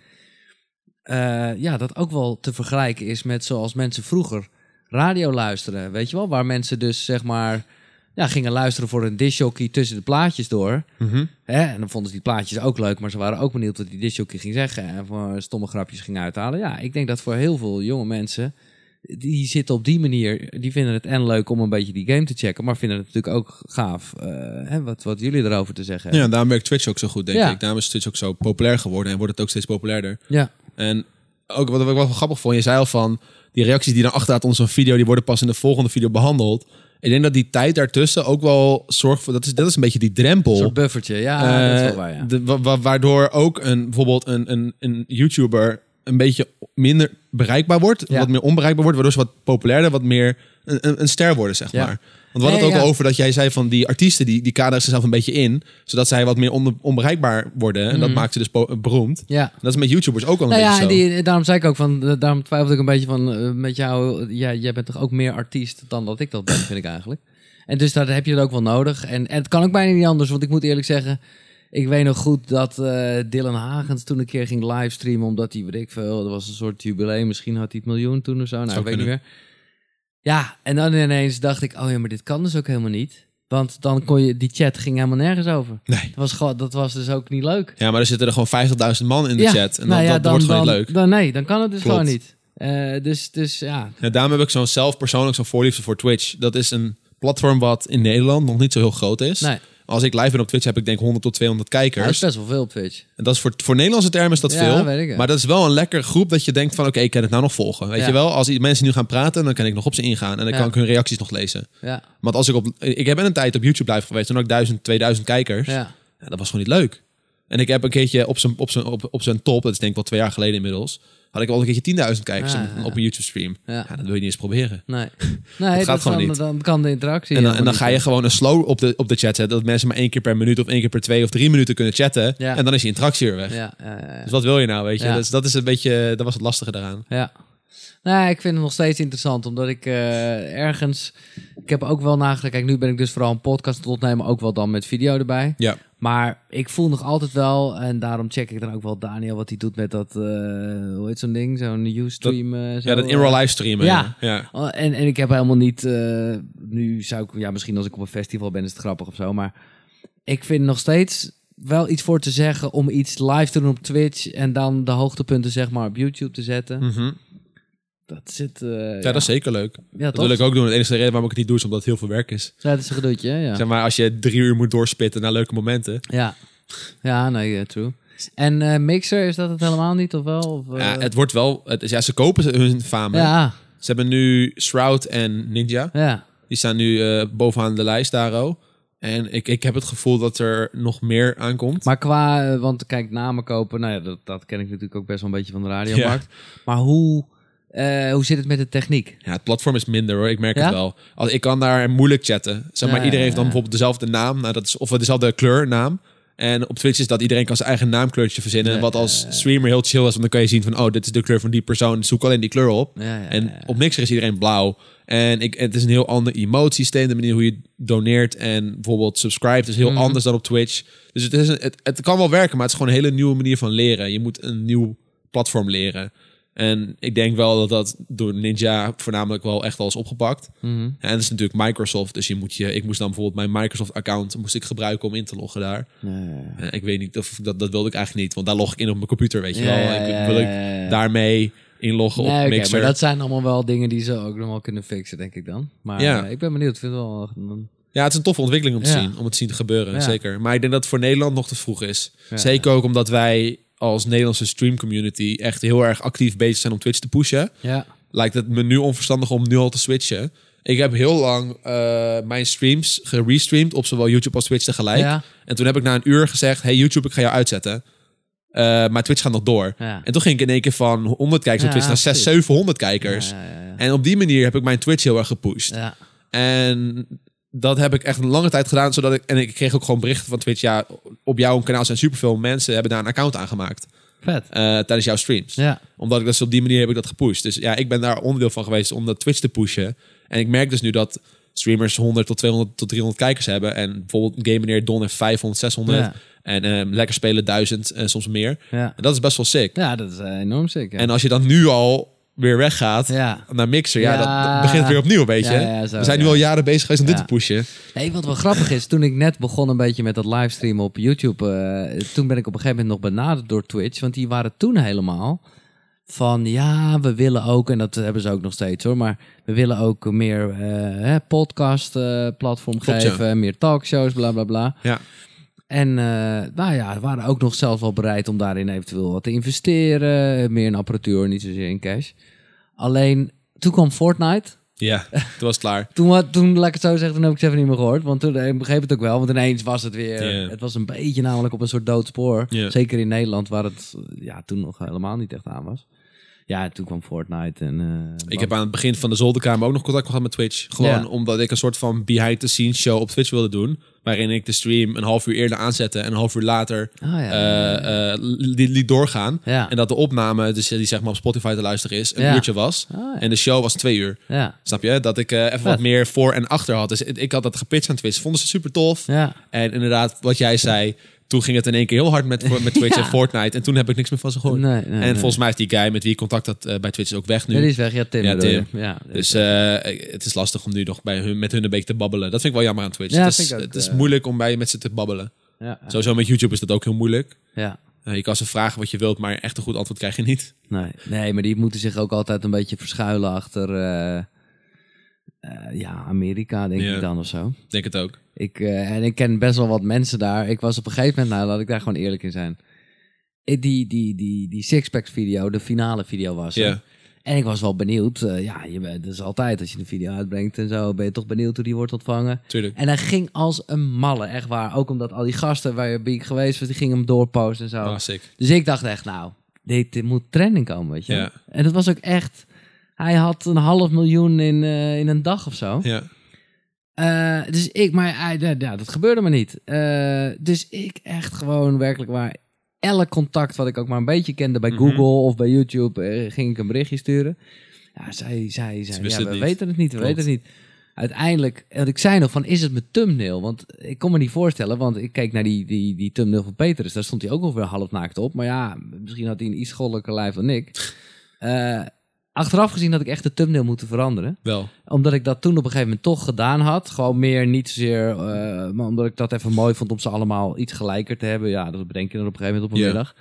B: Uh, ja, dat ook wel te vergelijken is met zoals mensen vroeger radio luisteren. Weet je wel? Waar mensen dus zeg maar... Ja, gingen luisteren voor een discjockey tussen de plaatjes door.
A: Mm-hmm.
B: Hè? En dan vonden ze die plaatjes ook leuk, maar ze waren ook benieuwd wat die discjockey ging zeggen. En voor stomme grapjes ging uithalen. Ja, ik denk dat voor heel veel jonge mensen... Die zitten op die manier, die vinden het en leuk om een beetje die game te checken, maar vinden het natuurlijk ook gaaf. Uh, hè, wat, wat jullie erover te zeggen hebben.
A: Ja, daarom werkt Twitch ook zo goed, denk
B: ja.
A: ik. Daarom is Twitch ook zo populair geworden en wordt het ook steeds populairder.
B: Ja.
A: En ook wat ik wel grappig vond, je zei al van, die reacties die dan achterlaat onder zo'n video, die worden pas in de volgende video behandeld. Ik denk dat die tijd daartussen ook wel zorgt voor, dat is, dat is een beetje die drempel. Een
B: soort buffertje, ja, uh, dat is wel waar, ja.
A: De, wa- wa- waardoor ook een, bijvoorbeeld een, een, een YouTuber een beetje minder bereikbaar wordt, ja. wat meer onbereikbaar wordt, waardoor ze wat populairder, wat meer een, een, een ster worden, zeg
B: ja.
A: maar. Want we hadden het
B: nee,
A: ook
B: ja.
A: al over dat jij zei van die artiesten, die, die kaderen zichzelf een beetje in, zodat zij wat meer on, onbereikbaar worden. En mm. dat maakt ze dus po- beroemd.
B: Ja.
A: En dat is met YouTubers ook al een
B: nou
A: beetje
B: ja,
A: zo.
B: En die, daarom zei ik ook van, daarom twijfelde ik een beetje van, uh, met jou, ja, jij bent toch ook meer artiest dan dat ik dat ben, vind ik eigenlijk. En dus daar heb je het ook wel nodig. En, en het kan ook bijna niet anders, want ik moet eerlijk zeggen, ik weet nog goed dat uh, Dylan Hagens toen een keer ging livestreamen, omdat hij, weet ik veel, dat was een soort jubileum, misschien had hij het miljoen toen of zo, nou,
A: Zou
B: ik weet
A: kunnen.
B: niet meer. Ja, en dan ineens dacht ik, oh ja, maar dit kan dus ook helemaal niet. Want dan kon je, die chat ging helemaal nergens over.
A: Nee.
B: Dat was, gewoon, dat was dus ook niet leuk.
A: Ja, maar er zitten er gewoon vijftigduizend man in de
B: ja,
A: chat. En dan,
B: nou ja,
A: dat, dat
B: dan,
A: wordt gewoon
B: dan,
A: niet leuk.
B: Dan, nee, dan kan het dus
A: Klopt.
B: gewoon niet. Uh, dus, dus ja.
A: ja. Daarom heb ik zo'n zelf persoonlijk zo'n voorliefde voor Twitch. Dat is een platform wat in Nederland nog niet zo heel groot is.
B: Nee.
A: Als ik live ben op Twitch heb ik denk honderd tot tweehonderd kijkers.
B: Ja, dat is best wel veel op Twitch.
A: En dat is voor, voor Nederlandse termen is dat
B: ja,
A: veel.
B: Weet ik, ja.
A: Maar dat is wel een lekkere groep dat je denkt van... oké, okay, ik kan het nou nog volgen. Weet
B: ja.
A: je wel? Als die mensen nu gaan praten, dan kan ik nog op ze ingaan. En dan
B: ja.
A: kan ik hun reacties nog lezen.
B: Ja.
A: Want als ik op... Ik heb een tijd op YouTube live geweest. Toen had ik duizend, tweeduizend kijkers.
B: Ja.
A: Ja, dat was gewoon niet leuk. En ik heb een keertje op zijn, op zijn, op, op zijn top... dat is denk ik wel twee jaar geleden inmiddels... had ik al een keertje tienduizend kijkers
B: ja, ja.
A: op een YouTube stream. Ja.
B: Ja.
A: Ja, dat wil je niet eens proberen.
B: Nee, nee dat,
A: gaat
B: dat
A: gewoon
B: dan,
A: niet.
B: Dan kan de interactie...
A: En dan, en dan ga je gewoon een slow op de, op de chat zetten... dat mensen maar één keer per minuut of één keer per twee of drie minuten kunnen chatten.
B: Ja.
A: En dan is je interactie weer weg.
B: Ja, ja, ja, ja.
A: Dus wat wil je nou, weet je?
B: Ja.
A: Dus dat is een beetje... Dat was het lastige daaraan.
B: Ja. Nou, ik vind het nog steeds interessant, omdat ik uh, ergens... Ik heb ook wel nagedacht... Kijk, nu ben ik dus vooral een podcast te opnemen, ook wel dan met video erbij.
A: Ja.
B: Maar ik voel nog altijd wel, en daarom check ik dan ook wel Daniel wat hij doet met dat, uh, hoe heet zo'n ding, zo'n Ustream. Uh, zo,
A: ja, dat in real life streamen.
B: Ja.
A: ja.
B: ja. En, en ik heb helemaal niet, uh, nu zou ik, ja, misschien als ik op een festival ben is het grappig of zo, maar ik vind nog steeds wel iets voor te zeggen om iets live te doen op Twitch en dan de hoogtepunten zeg maar op YouTube te zetten.
A: Mm-hmm.
B: Dat zit... Uh,
A: ja,
B: ja,
A: dat is zeker leuk.
B: Ja,
A: dat wil ik ook doen. De enige reden waarom ik het niet doe is omdat het heel veel werk is.
B: Ja, dat is een gedoetje, ja.
A: Zeg maar, als je drie uur moet doorspitten naar leuke momenten.
B: Ja, ja nee, yeah, true. En uh, Mixer, is dat het helemaal niet of wel? Of, uh...
A: Ja, het wordt wel... Het is, ja, ze kopen hun fame.
B: Ja.
A: Ze hebben nu Shroud en Ninja.
B: Ja.
A: Die staan nu uh, bovenaan de lijst daar. En ik, ik heb het gevoel dat er nog meer aankomt.
B: Maar qua... Uh, want kijk, namen kopen... Nou ja, dat, dat ken ik natuurlijk ook best wel een beetje van de radiomarkt. Ja. Maar hoe... Uh, hoe zit het met de techniek?
A: Ja, het platform is minder hoor. Ik merk
B: ja?
A: het wel. Als, ik kan daar moeilijk chatten. Zeg maar,
B: ja,
A: iedereen
B: ja,
A: heeft dan
B: ja.
A: bijvoorbeeld dezelfde naam. Nou, dat is, of dezelfde kleurnaam. En op Twitch is dat iedereen kan zijn eigen naamkleurtje verzinnen. Ja, wat als streamer heel chill is. Want dan kan je zien van... oh, dit is de kleur van die persoon. Zoek alleen die kleur op.
B: Ja, ja, ja,
A: en
B: ja.
A: op Mixer is iedereen blauw. En ik, het is een heel ander emotiesysteem. De manier hoe je doneert en bijvoorbeeld subscribe is heel mm. anders dan op Twitch. Dus het, is een, het, het kan wel werken, maar het is gewoon een hele nieuwe manier van leren. Je moet een nieuw platform leren. En ik denk wel dat dat door Ninja voornamelijk wel echt al is opgepakt.
B: Mm-hmm.
A: En dat is natuurlijk Microsoft. Dus je moet je, ik moest dan bijvoorbeeld mijn Microsoft-account moest ik gebruiken om in te loggen daar.
B: Ja, ja, ja.
A: Ik weet niet of dat, dat wilde ik eigenlijk niet, want daar log ik in op mijn computer, weet je
B: ja,
A: wel.
B: Ja,
A: ik,
B: ja,
A: wil ik
B: ja, ja, ja.
A: daarmee inloggen
B: nee,
A: op
B: okay,
A: Mixer.
B: Maar dat zijn allemaal wel dingen die ze ook nog wel kunnen fixen, denk ik dan. Maar
A: ja.
B: uh, ik ben benieuwd. Ik vind het wel...
A: Ja, het is een toffe ontwikkeling om te
B: ja.
A: zien, om het te zien te gebeuren,
B: ja.
A: zeker. Maar ik denk dat het voor Nederland nog te vroeg is.
B: Ja.
A: Zeker ook omdat wij als Nederlandse stream community echt heel erg actief bezig zijn om Twitch te pushen.
B: Ja.
A: Lijkt het me nu onverstandig om nu al te switchen. Ik heb heel lang uh, mijn streams gerestreamd op zowel YouTube als Twitch tegelijk.
B: Ja.
A: En toen heb ik na een uur gezegd, hey YouTube, ik ga jou uitzetten. Uh, maar Twitch gaat nog door.
B: Ja.
A: En toen ging ik in één keer van honderd kijkers
B: ja,
A: op Twitch naar zeshonderd, zevenhonderd kijkers.
B: Ja, ja, ja, ja.
A: En op die manier heb ik mijn Twitch heel erg gepusht.
B: Ja.
A: En dat heb ik echt een lange tijd gedaan. Zodat ik, en ik kreeg ook gewoon berichten van Twitch. Ja, op jouw kanaal zijn superveel mensen hebben daar een account aangemaakt.
B: Vet.
A: Uh, tijdens jouw streams.
B: Ja.
A: Omdat ik dus op die manier heb ik dat gepusht. Dus ja, ik ben daar onderdeel van geweest om dat Twitch te pushen. En ik merk dus nu dat streamers honderd tot tweehonderd tot driehonderd kijkers hebben. En bijvoorbeeld Game Meneer Don heeft vijfhonderd, zeshonderd. Ja. En um, lekker spelen duizend en soms meer.
B: Ja.
A: En dat is best wel sick.
B: Ja, dat is uh, enorm sick. Ja.
A: En als je dan nu al weer weggaat
B: ja.
A: naar Mixer, ja,
B: ja.
A: dat begint het weer opnieuw, weet je.
B: Ja, ja, zo,
A: We zijn nu
B: ja.
A: al jaren bezig geweest om
B: ja.
A: dit te pushen.
B: Nee, wat wel grappig is, toen ik net begon een beetje met dat livestreamen op YouTube, uh, toen ben ik op een gegeven moment nog benaderd door Twitch, want die waren toen helemaal van, ja, we willen ook, en dat hebben ze ook nog steeds hoor, maar we willen ook meer uh, podcast uh, platform
A: Klopt,
B: geven,
A: ja.
B: meer talkshows, bla bla bla.
A: Ja.
B: En uh, nou ja, we waren ook nog zelf wel bereid om daarin eventueel wat te investeren, meer in apparatuur, niet zozeer in cash. Alleen, toen kwam Fortnite.
A: Ja, toen was het klaar.
B: Toen, toen, laat ik het zo zeggen, toen heb ik het even niet meer gehoord. Want toen ik begreep het ook wel. Want ineens was het weer...
A: Yeah.
B: Het was een beetje namelijk op een soort doodspoor.
A: Yeah.
B: Zeker in Nederland, waar het ja, toen nog helemaal niet echt aan was. Ja, toen kwam Fortnite en... Uh,
A: ik heb aan het begin van de zolderkamer ook nog contact gehad met Twitch. Gewoon
B: ja.
A: omdat ik een soort van behind-the-scenes show op Twitch wilde doen. Waarin ik de stream een half uur eerder aanzette en een half uur later
B: oh, ja, ja, ja.
A: Uh, uh, liet, liet doorgaan.
B: Ja.
A: En dat de opname, dus die zeg maar op Spotify te luisteren is, een
B: ja.
A: uurtje was.
B: Oh, ja.
A: En de show was twee uur.
B: Ja.
A: Snap je? Dat ik uh, even
B: Vet.
A: wat meer voor en achter had. Dus ik had dat gepitcht aan Twitch. Vonden ze super tof.
B: Ja.
A: En inderdaad, wat jij zei... Toen ging het in één keer heel hard met, met Twitch
B: ja.
A: en Fortnite. En toen heb ik niks meer van ze gehoord.
B: Nee, nee,
A: en
B: nee.
A: volgens mij is die guy met wie ik contact had uh, bij Twitch ook weg nu.
B: Ja, die is weg. Ja, Tim.
A: Ja, Tim.
B: Ja,
A: dus uh, het is lastig om nu nog bij hun, met hun een beetje te babbelen. Dat vind ik wel jammer aan Twitch.
B: Ja,
A: het is,
B: vind ik ook,
A: het is
B: uh...
A: moeilijk om bij met ze te babbelen.
B: Ja,
A: Sowieso met YouTube is dat ook heel moeilijk.
B: Ja.
A: Uh, je kan ze vragen wat je wilt, maar echt een goed antwoord krijg je niet.
B: Nee, nee maar die moeten zich ook altijd een beetje verschuilen achter... Uh, uh, ja, Amerika denk
A: ja,
B: ik dan of zo.
A: Denk het ook.
B: Ik, uh, en ik ken best wel wat mensen daar. Ik was op een gegeven moment, nou laat ik daar gewoon eerlijk in zijn. Die, die, die, die Sixpack video, de finale video was.
A: Ja.
B: En ik was wel benieuwd. Uh, ja, je bent dus altijd als je een video uitbrengt en zo, ben je toch benieuwd hoe die wordt ontvangen.
A: Tuurlijk.
B: En hij ging als een malle, echt waar. Ook omdat al die gasten waar je ben ik geweest was, die gingen hem doorposten en zo.
A: Oh, sick.
B: Dus ik dacht echt, nou, dit, dit moet trending komen, weet je.
A: Ja.
B: En dat was ook echt... Hij had een half miljoen in, uh, in een dag of zo.
A: Ja.
B: Uh, dus ik, maar uh, ja, dat gebeurde maar niet. Uh, dus ik echt gewoon werkelijk waar... Elk contact wat ik ook maar een beetje kende bij
A: Mm-hmm.
B: Google of bij YouTube, uh, ging ik een berichtje sturen. Ja, zij zei, zei ja, we
A: niet.
B: weten het niet, we
A: Klopt.
B: weten het niet. Uiteindelijk, en ik zei nog van, is het mijn thumbnail? Want ik kon me niet voorstellen, want ik keek naar die, die, die thumbnail van Petrus. Daar stond hij ook ongeveer half naakt op. Maar ja, misschien had hij een iets goddelijker lijf dan ik. Uh, achteraf gezien had ik echt de thumbnail moeten veranderen.
A: Wel.
B: Omdat ik dat toen op een gegeven moment toch gedaan had. Gewoon meer, niet zozeer, uh, maar omdat ik dat even mooi vond om ze allemaal iets gelijker te hebben. Ja, dat bedenk je dan op een gegeven moment op een
A: Ja.
B: middag.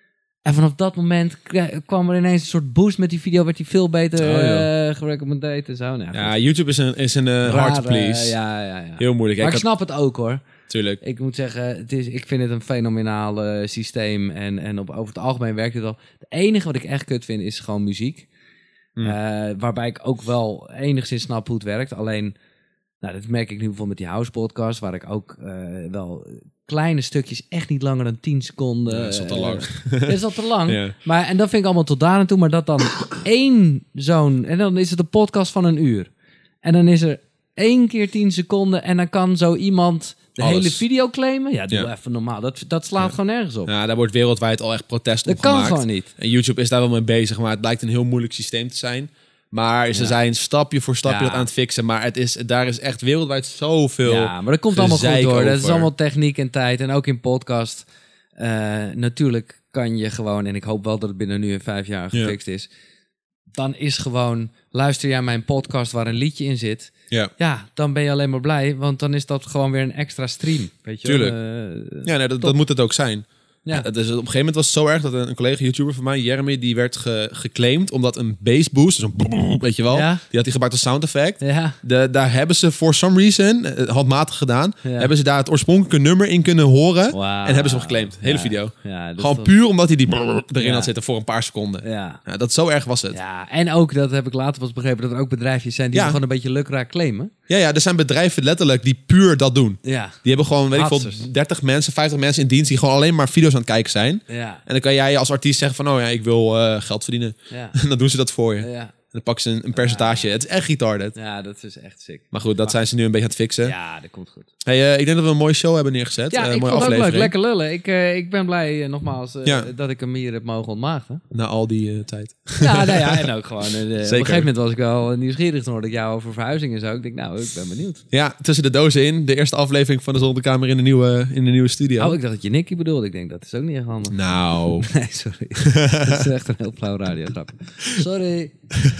B: En vanaf dat moment k- kwam er ineens een soort boost met die video. Werd die veel beter
A: Oh, ja.
B: uh, gerecommendeerd en zo. Nou,
A: Ja,
B: goed.
A: YouTube is een, is een uh, hard to
B: Rare,
A: please.
B: ja, ja, ja.
A: Heel moeilijk.
B: Maar
A: ik
B: ik
A: had-
B: snap het ook hoor.
A: Tuurlijk.
B: Ik moet zeggen, het is, ik vind het een fenomenaal uh, systeem. En, en op, over het algemeen werkt het al. Het enige wat ik echt kut vind is gewoon muziek.
A: Mm.
B: Uh, waarbij ik ook wel enigszins snap hoe het werkt. Alleen, nou, dat merk ik nu bijvoorbeeld met die House podcast, waar ik ook uh, wel kleine stukjes, echt niet langer dan tien seconden.
A: Ja, dat is al te lang.
B: Uh, dat is al te lang.
A: Ja.
B: Maar, en dat vind ik allemaal tot daar en toe. Maar dat dan één zo'n... En dan is het een podcast van een uur. En dan is er één keer tien seconden en dan kan zo iemand de
A: Alles.
B: hele video claimen. Ja, doe
A: Ja.
B: even normaal. Dat, dat slaat
A: Ja.
B: gewoon nergens op.
A: Ja, daar wordt wereldwijd al echt protest op
B: dat kan
A: gemaakt.
B: gewoon niet.
A: En YouTube is daar wel mee bezig, maar het blijkt een heel moeilijk systeem te zijn. Maar ze
B: Ja.
A: zijn stapje voor stapje
B: Ja.
A: dat aan het fixen. Maar het is, daar is echt wereldwijd zoveel
B: Ja, maar dat komt allemaal goed
A: gezeik
B: hoor. Dat is
A: over.
B: allemaal techniek en tijd. En ook in podcast. Uh, natuurlijk kan je gewoon, en ik hoop wel dat het binnen nu en vijf jaar
A: Ja.
B: gefixt is. Dan is gewoon, luister jij mijn podcast waar een liedje in zit.
A: Ja,
B: Ja, dan ben je alleen maar blij. Want dan is dat gewoon weer een extra stream. Weet je
A: Tuurlijk.
B: wel? Uh,
A: ja nee, dat,
B: Top.
A: dat moet het ook zijn.
B: ja.
A: Ja, dus op een gegeven moment was het zo erg dat een, een collega YouTuber van mij, Jeremy, die werd ge, geclaimd omdat een bass boost, dus een weet je wel,
B: Ja.
A: die had hij gebruikt als sound effect.
B: Ja.
A: De, daar hebben ze for some reason, eh, handmatig gedaan,
B: Ja.
A: hebben ze daar het oorspronkelijke nummer in kunnen horen
B: Wauw.
A: en hebben ze hem geclaimd. Hele
B: Ja.
A: video.
B: Ja, dat
A: Gewoon
B: was-
A: puur omdat hij die erin
B: Ja.
A: had zitten voor een paar seconden.
B: Ja.
A: Ja, dat zo erg was het. Ja.
B: Ja, en ook, dat heb ik later pas begrepen, dat er ook bedrijfjes zijn die
A: Ja.
B: ze gewoon een beetje lukraak claimen.
A: Ja, er zijn bedrijven letterlijk die puur dat doen.
B: Ja.
A: Die hebben gewoon, weet ik veel,
B: Hatsers.
A: dertig mensen, vijftig mensen in dienst die gewoon alleen maar video's aan het kijken zijn.
B: Ja.
A: En dan kan jij als artiest zeggen van, oh ja, ik wil uh, geld verdienen.
B: Ja.
A: En dan doen ze dat voor je.
B: Ja.
A: En dan pakken ze een, een percentage. Het is echt retarded.
B: Ja, dat is echt sick.
A: Maar goed, dat zijn ze nu een beetje aan het fixen.
B: Ja, dat komt goed.
A: Hey, uh, ik denk dat we een mooie show hebben neergezet.
B: Ja,
A: Uh,
B: ik
A: een mooie
B: vond het ook leuk.
A: aflevering.
B: Lekker lullen. Ik, uh, ik ben blij, uh, nogmaals, uh,
A: Ja.
B: dat ik hem hier heb mogen ontmaagden.
A: Na al die uh, tijd.
B: Ja, nou ja, en ook gewoon. Uh, op een
A: Zeker.
B: gegeven moment was ik wel nieuwsgierig te horen jou over verhuizing en zo. Ik denk, nou, ik ben benieuwd.
A: Ja, tussen de dozen in. De eerste aflevering van de Zolderkamer in de nieuwe, in de nieuwe studio.
B: Oh, ik dacht dat je Nicky bedoelde. Ik denk, dat is ook niet echt handig.
A: Nou.
B: Nee, sorry. dat is echt een heel flauw radiograp. Sorry.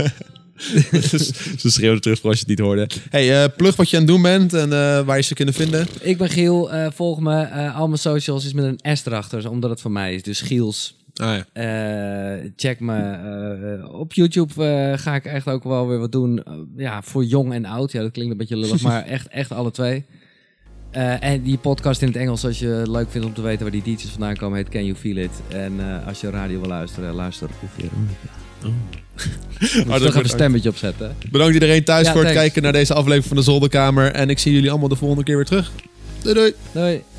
A: Ze schreeuwden terug voor als je het niet hoorde. Hey, uh, plug wat je aan het doen bent en uh, waar je ze kunnen vinden.
B: Ik ben Giel. Uh, volg me. Uh, al mijn socials is met een S erachter, omdat het van mij is. Dus Giels.
A: Ah, ja.
B: Uh, check me. Uh, op YouTube uh, ga ik echt ook wel weer wat doen. Uh, ja, voor jong en oud. Ja, dat klinkt een beetje lullig, maar echt, echt alle twee. Uh, en die podcast in het Engels, als je het leuk vindt om te weten waar die D J's vandaan komen, heet Can You Feel It. En uh, als je radio wil luisteren, luister op je oh. Moet je toch even een stemmetje opzetten.
A: Bedankt iedereen thuis
B: Ja,
A: voor het
B: thanks.
A: kijken naar deze aflevering van de Zolderkamer. En ik zie jullie allemaal de volgende keer weer terug. Doei doei.
B: Doei.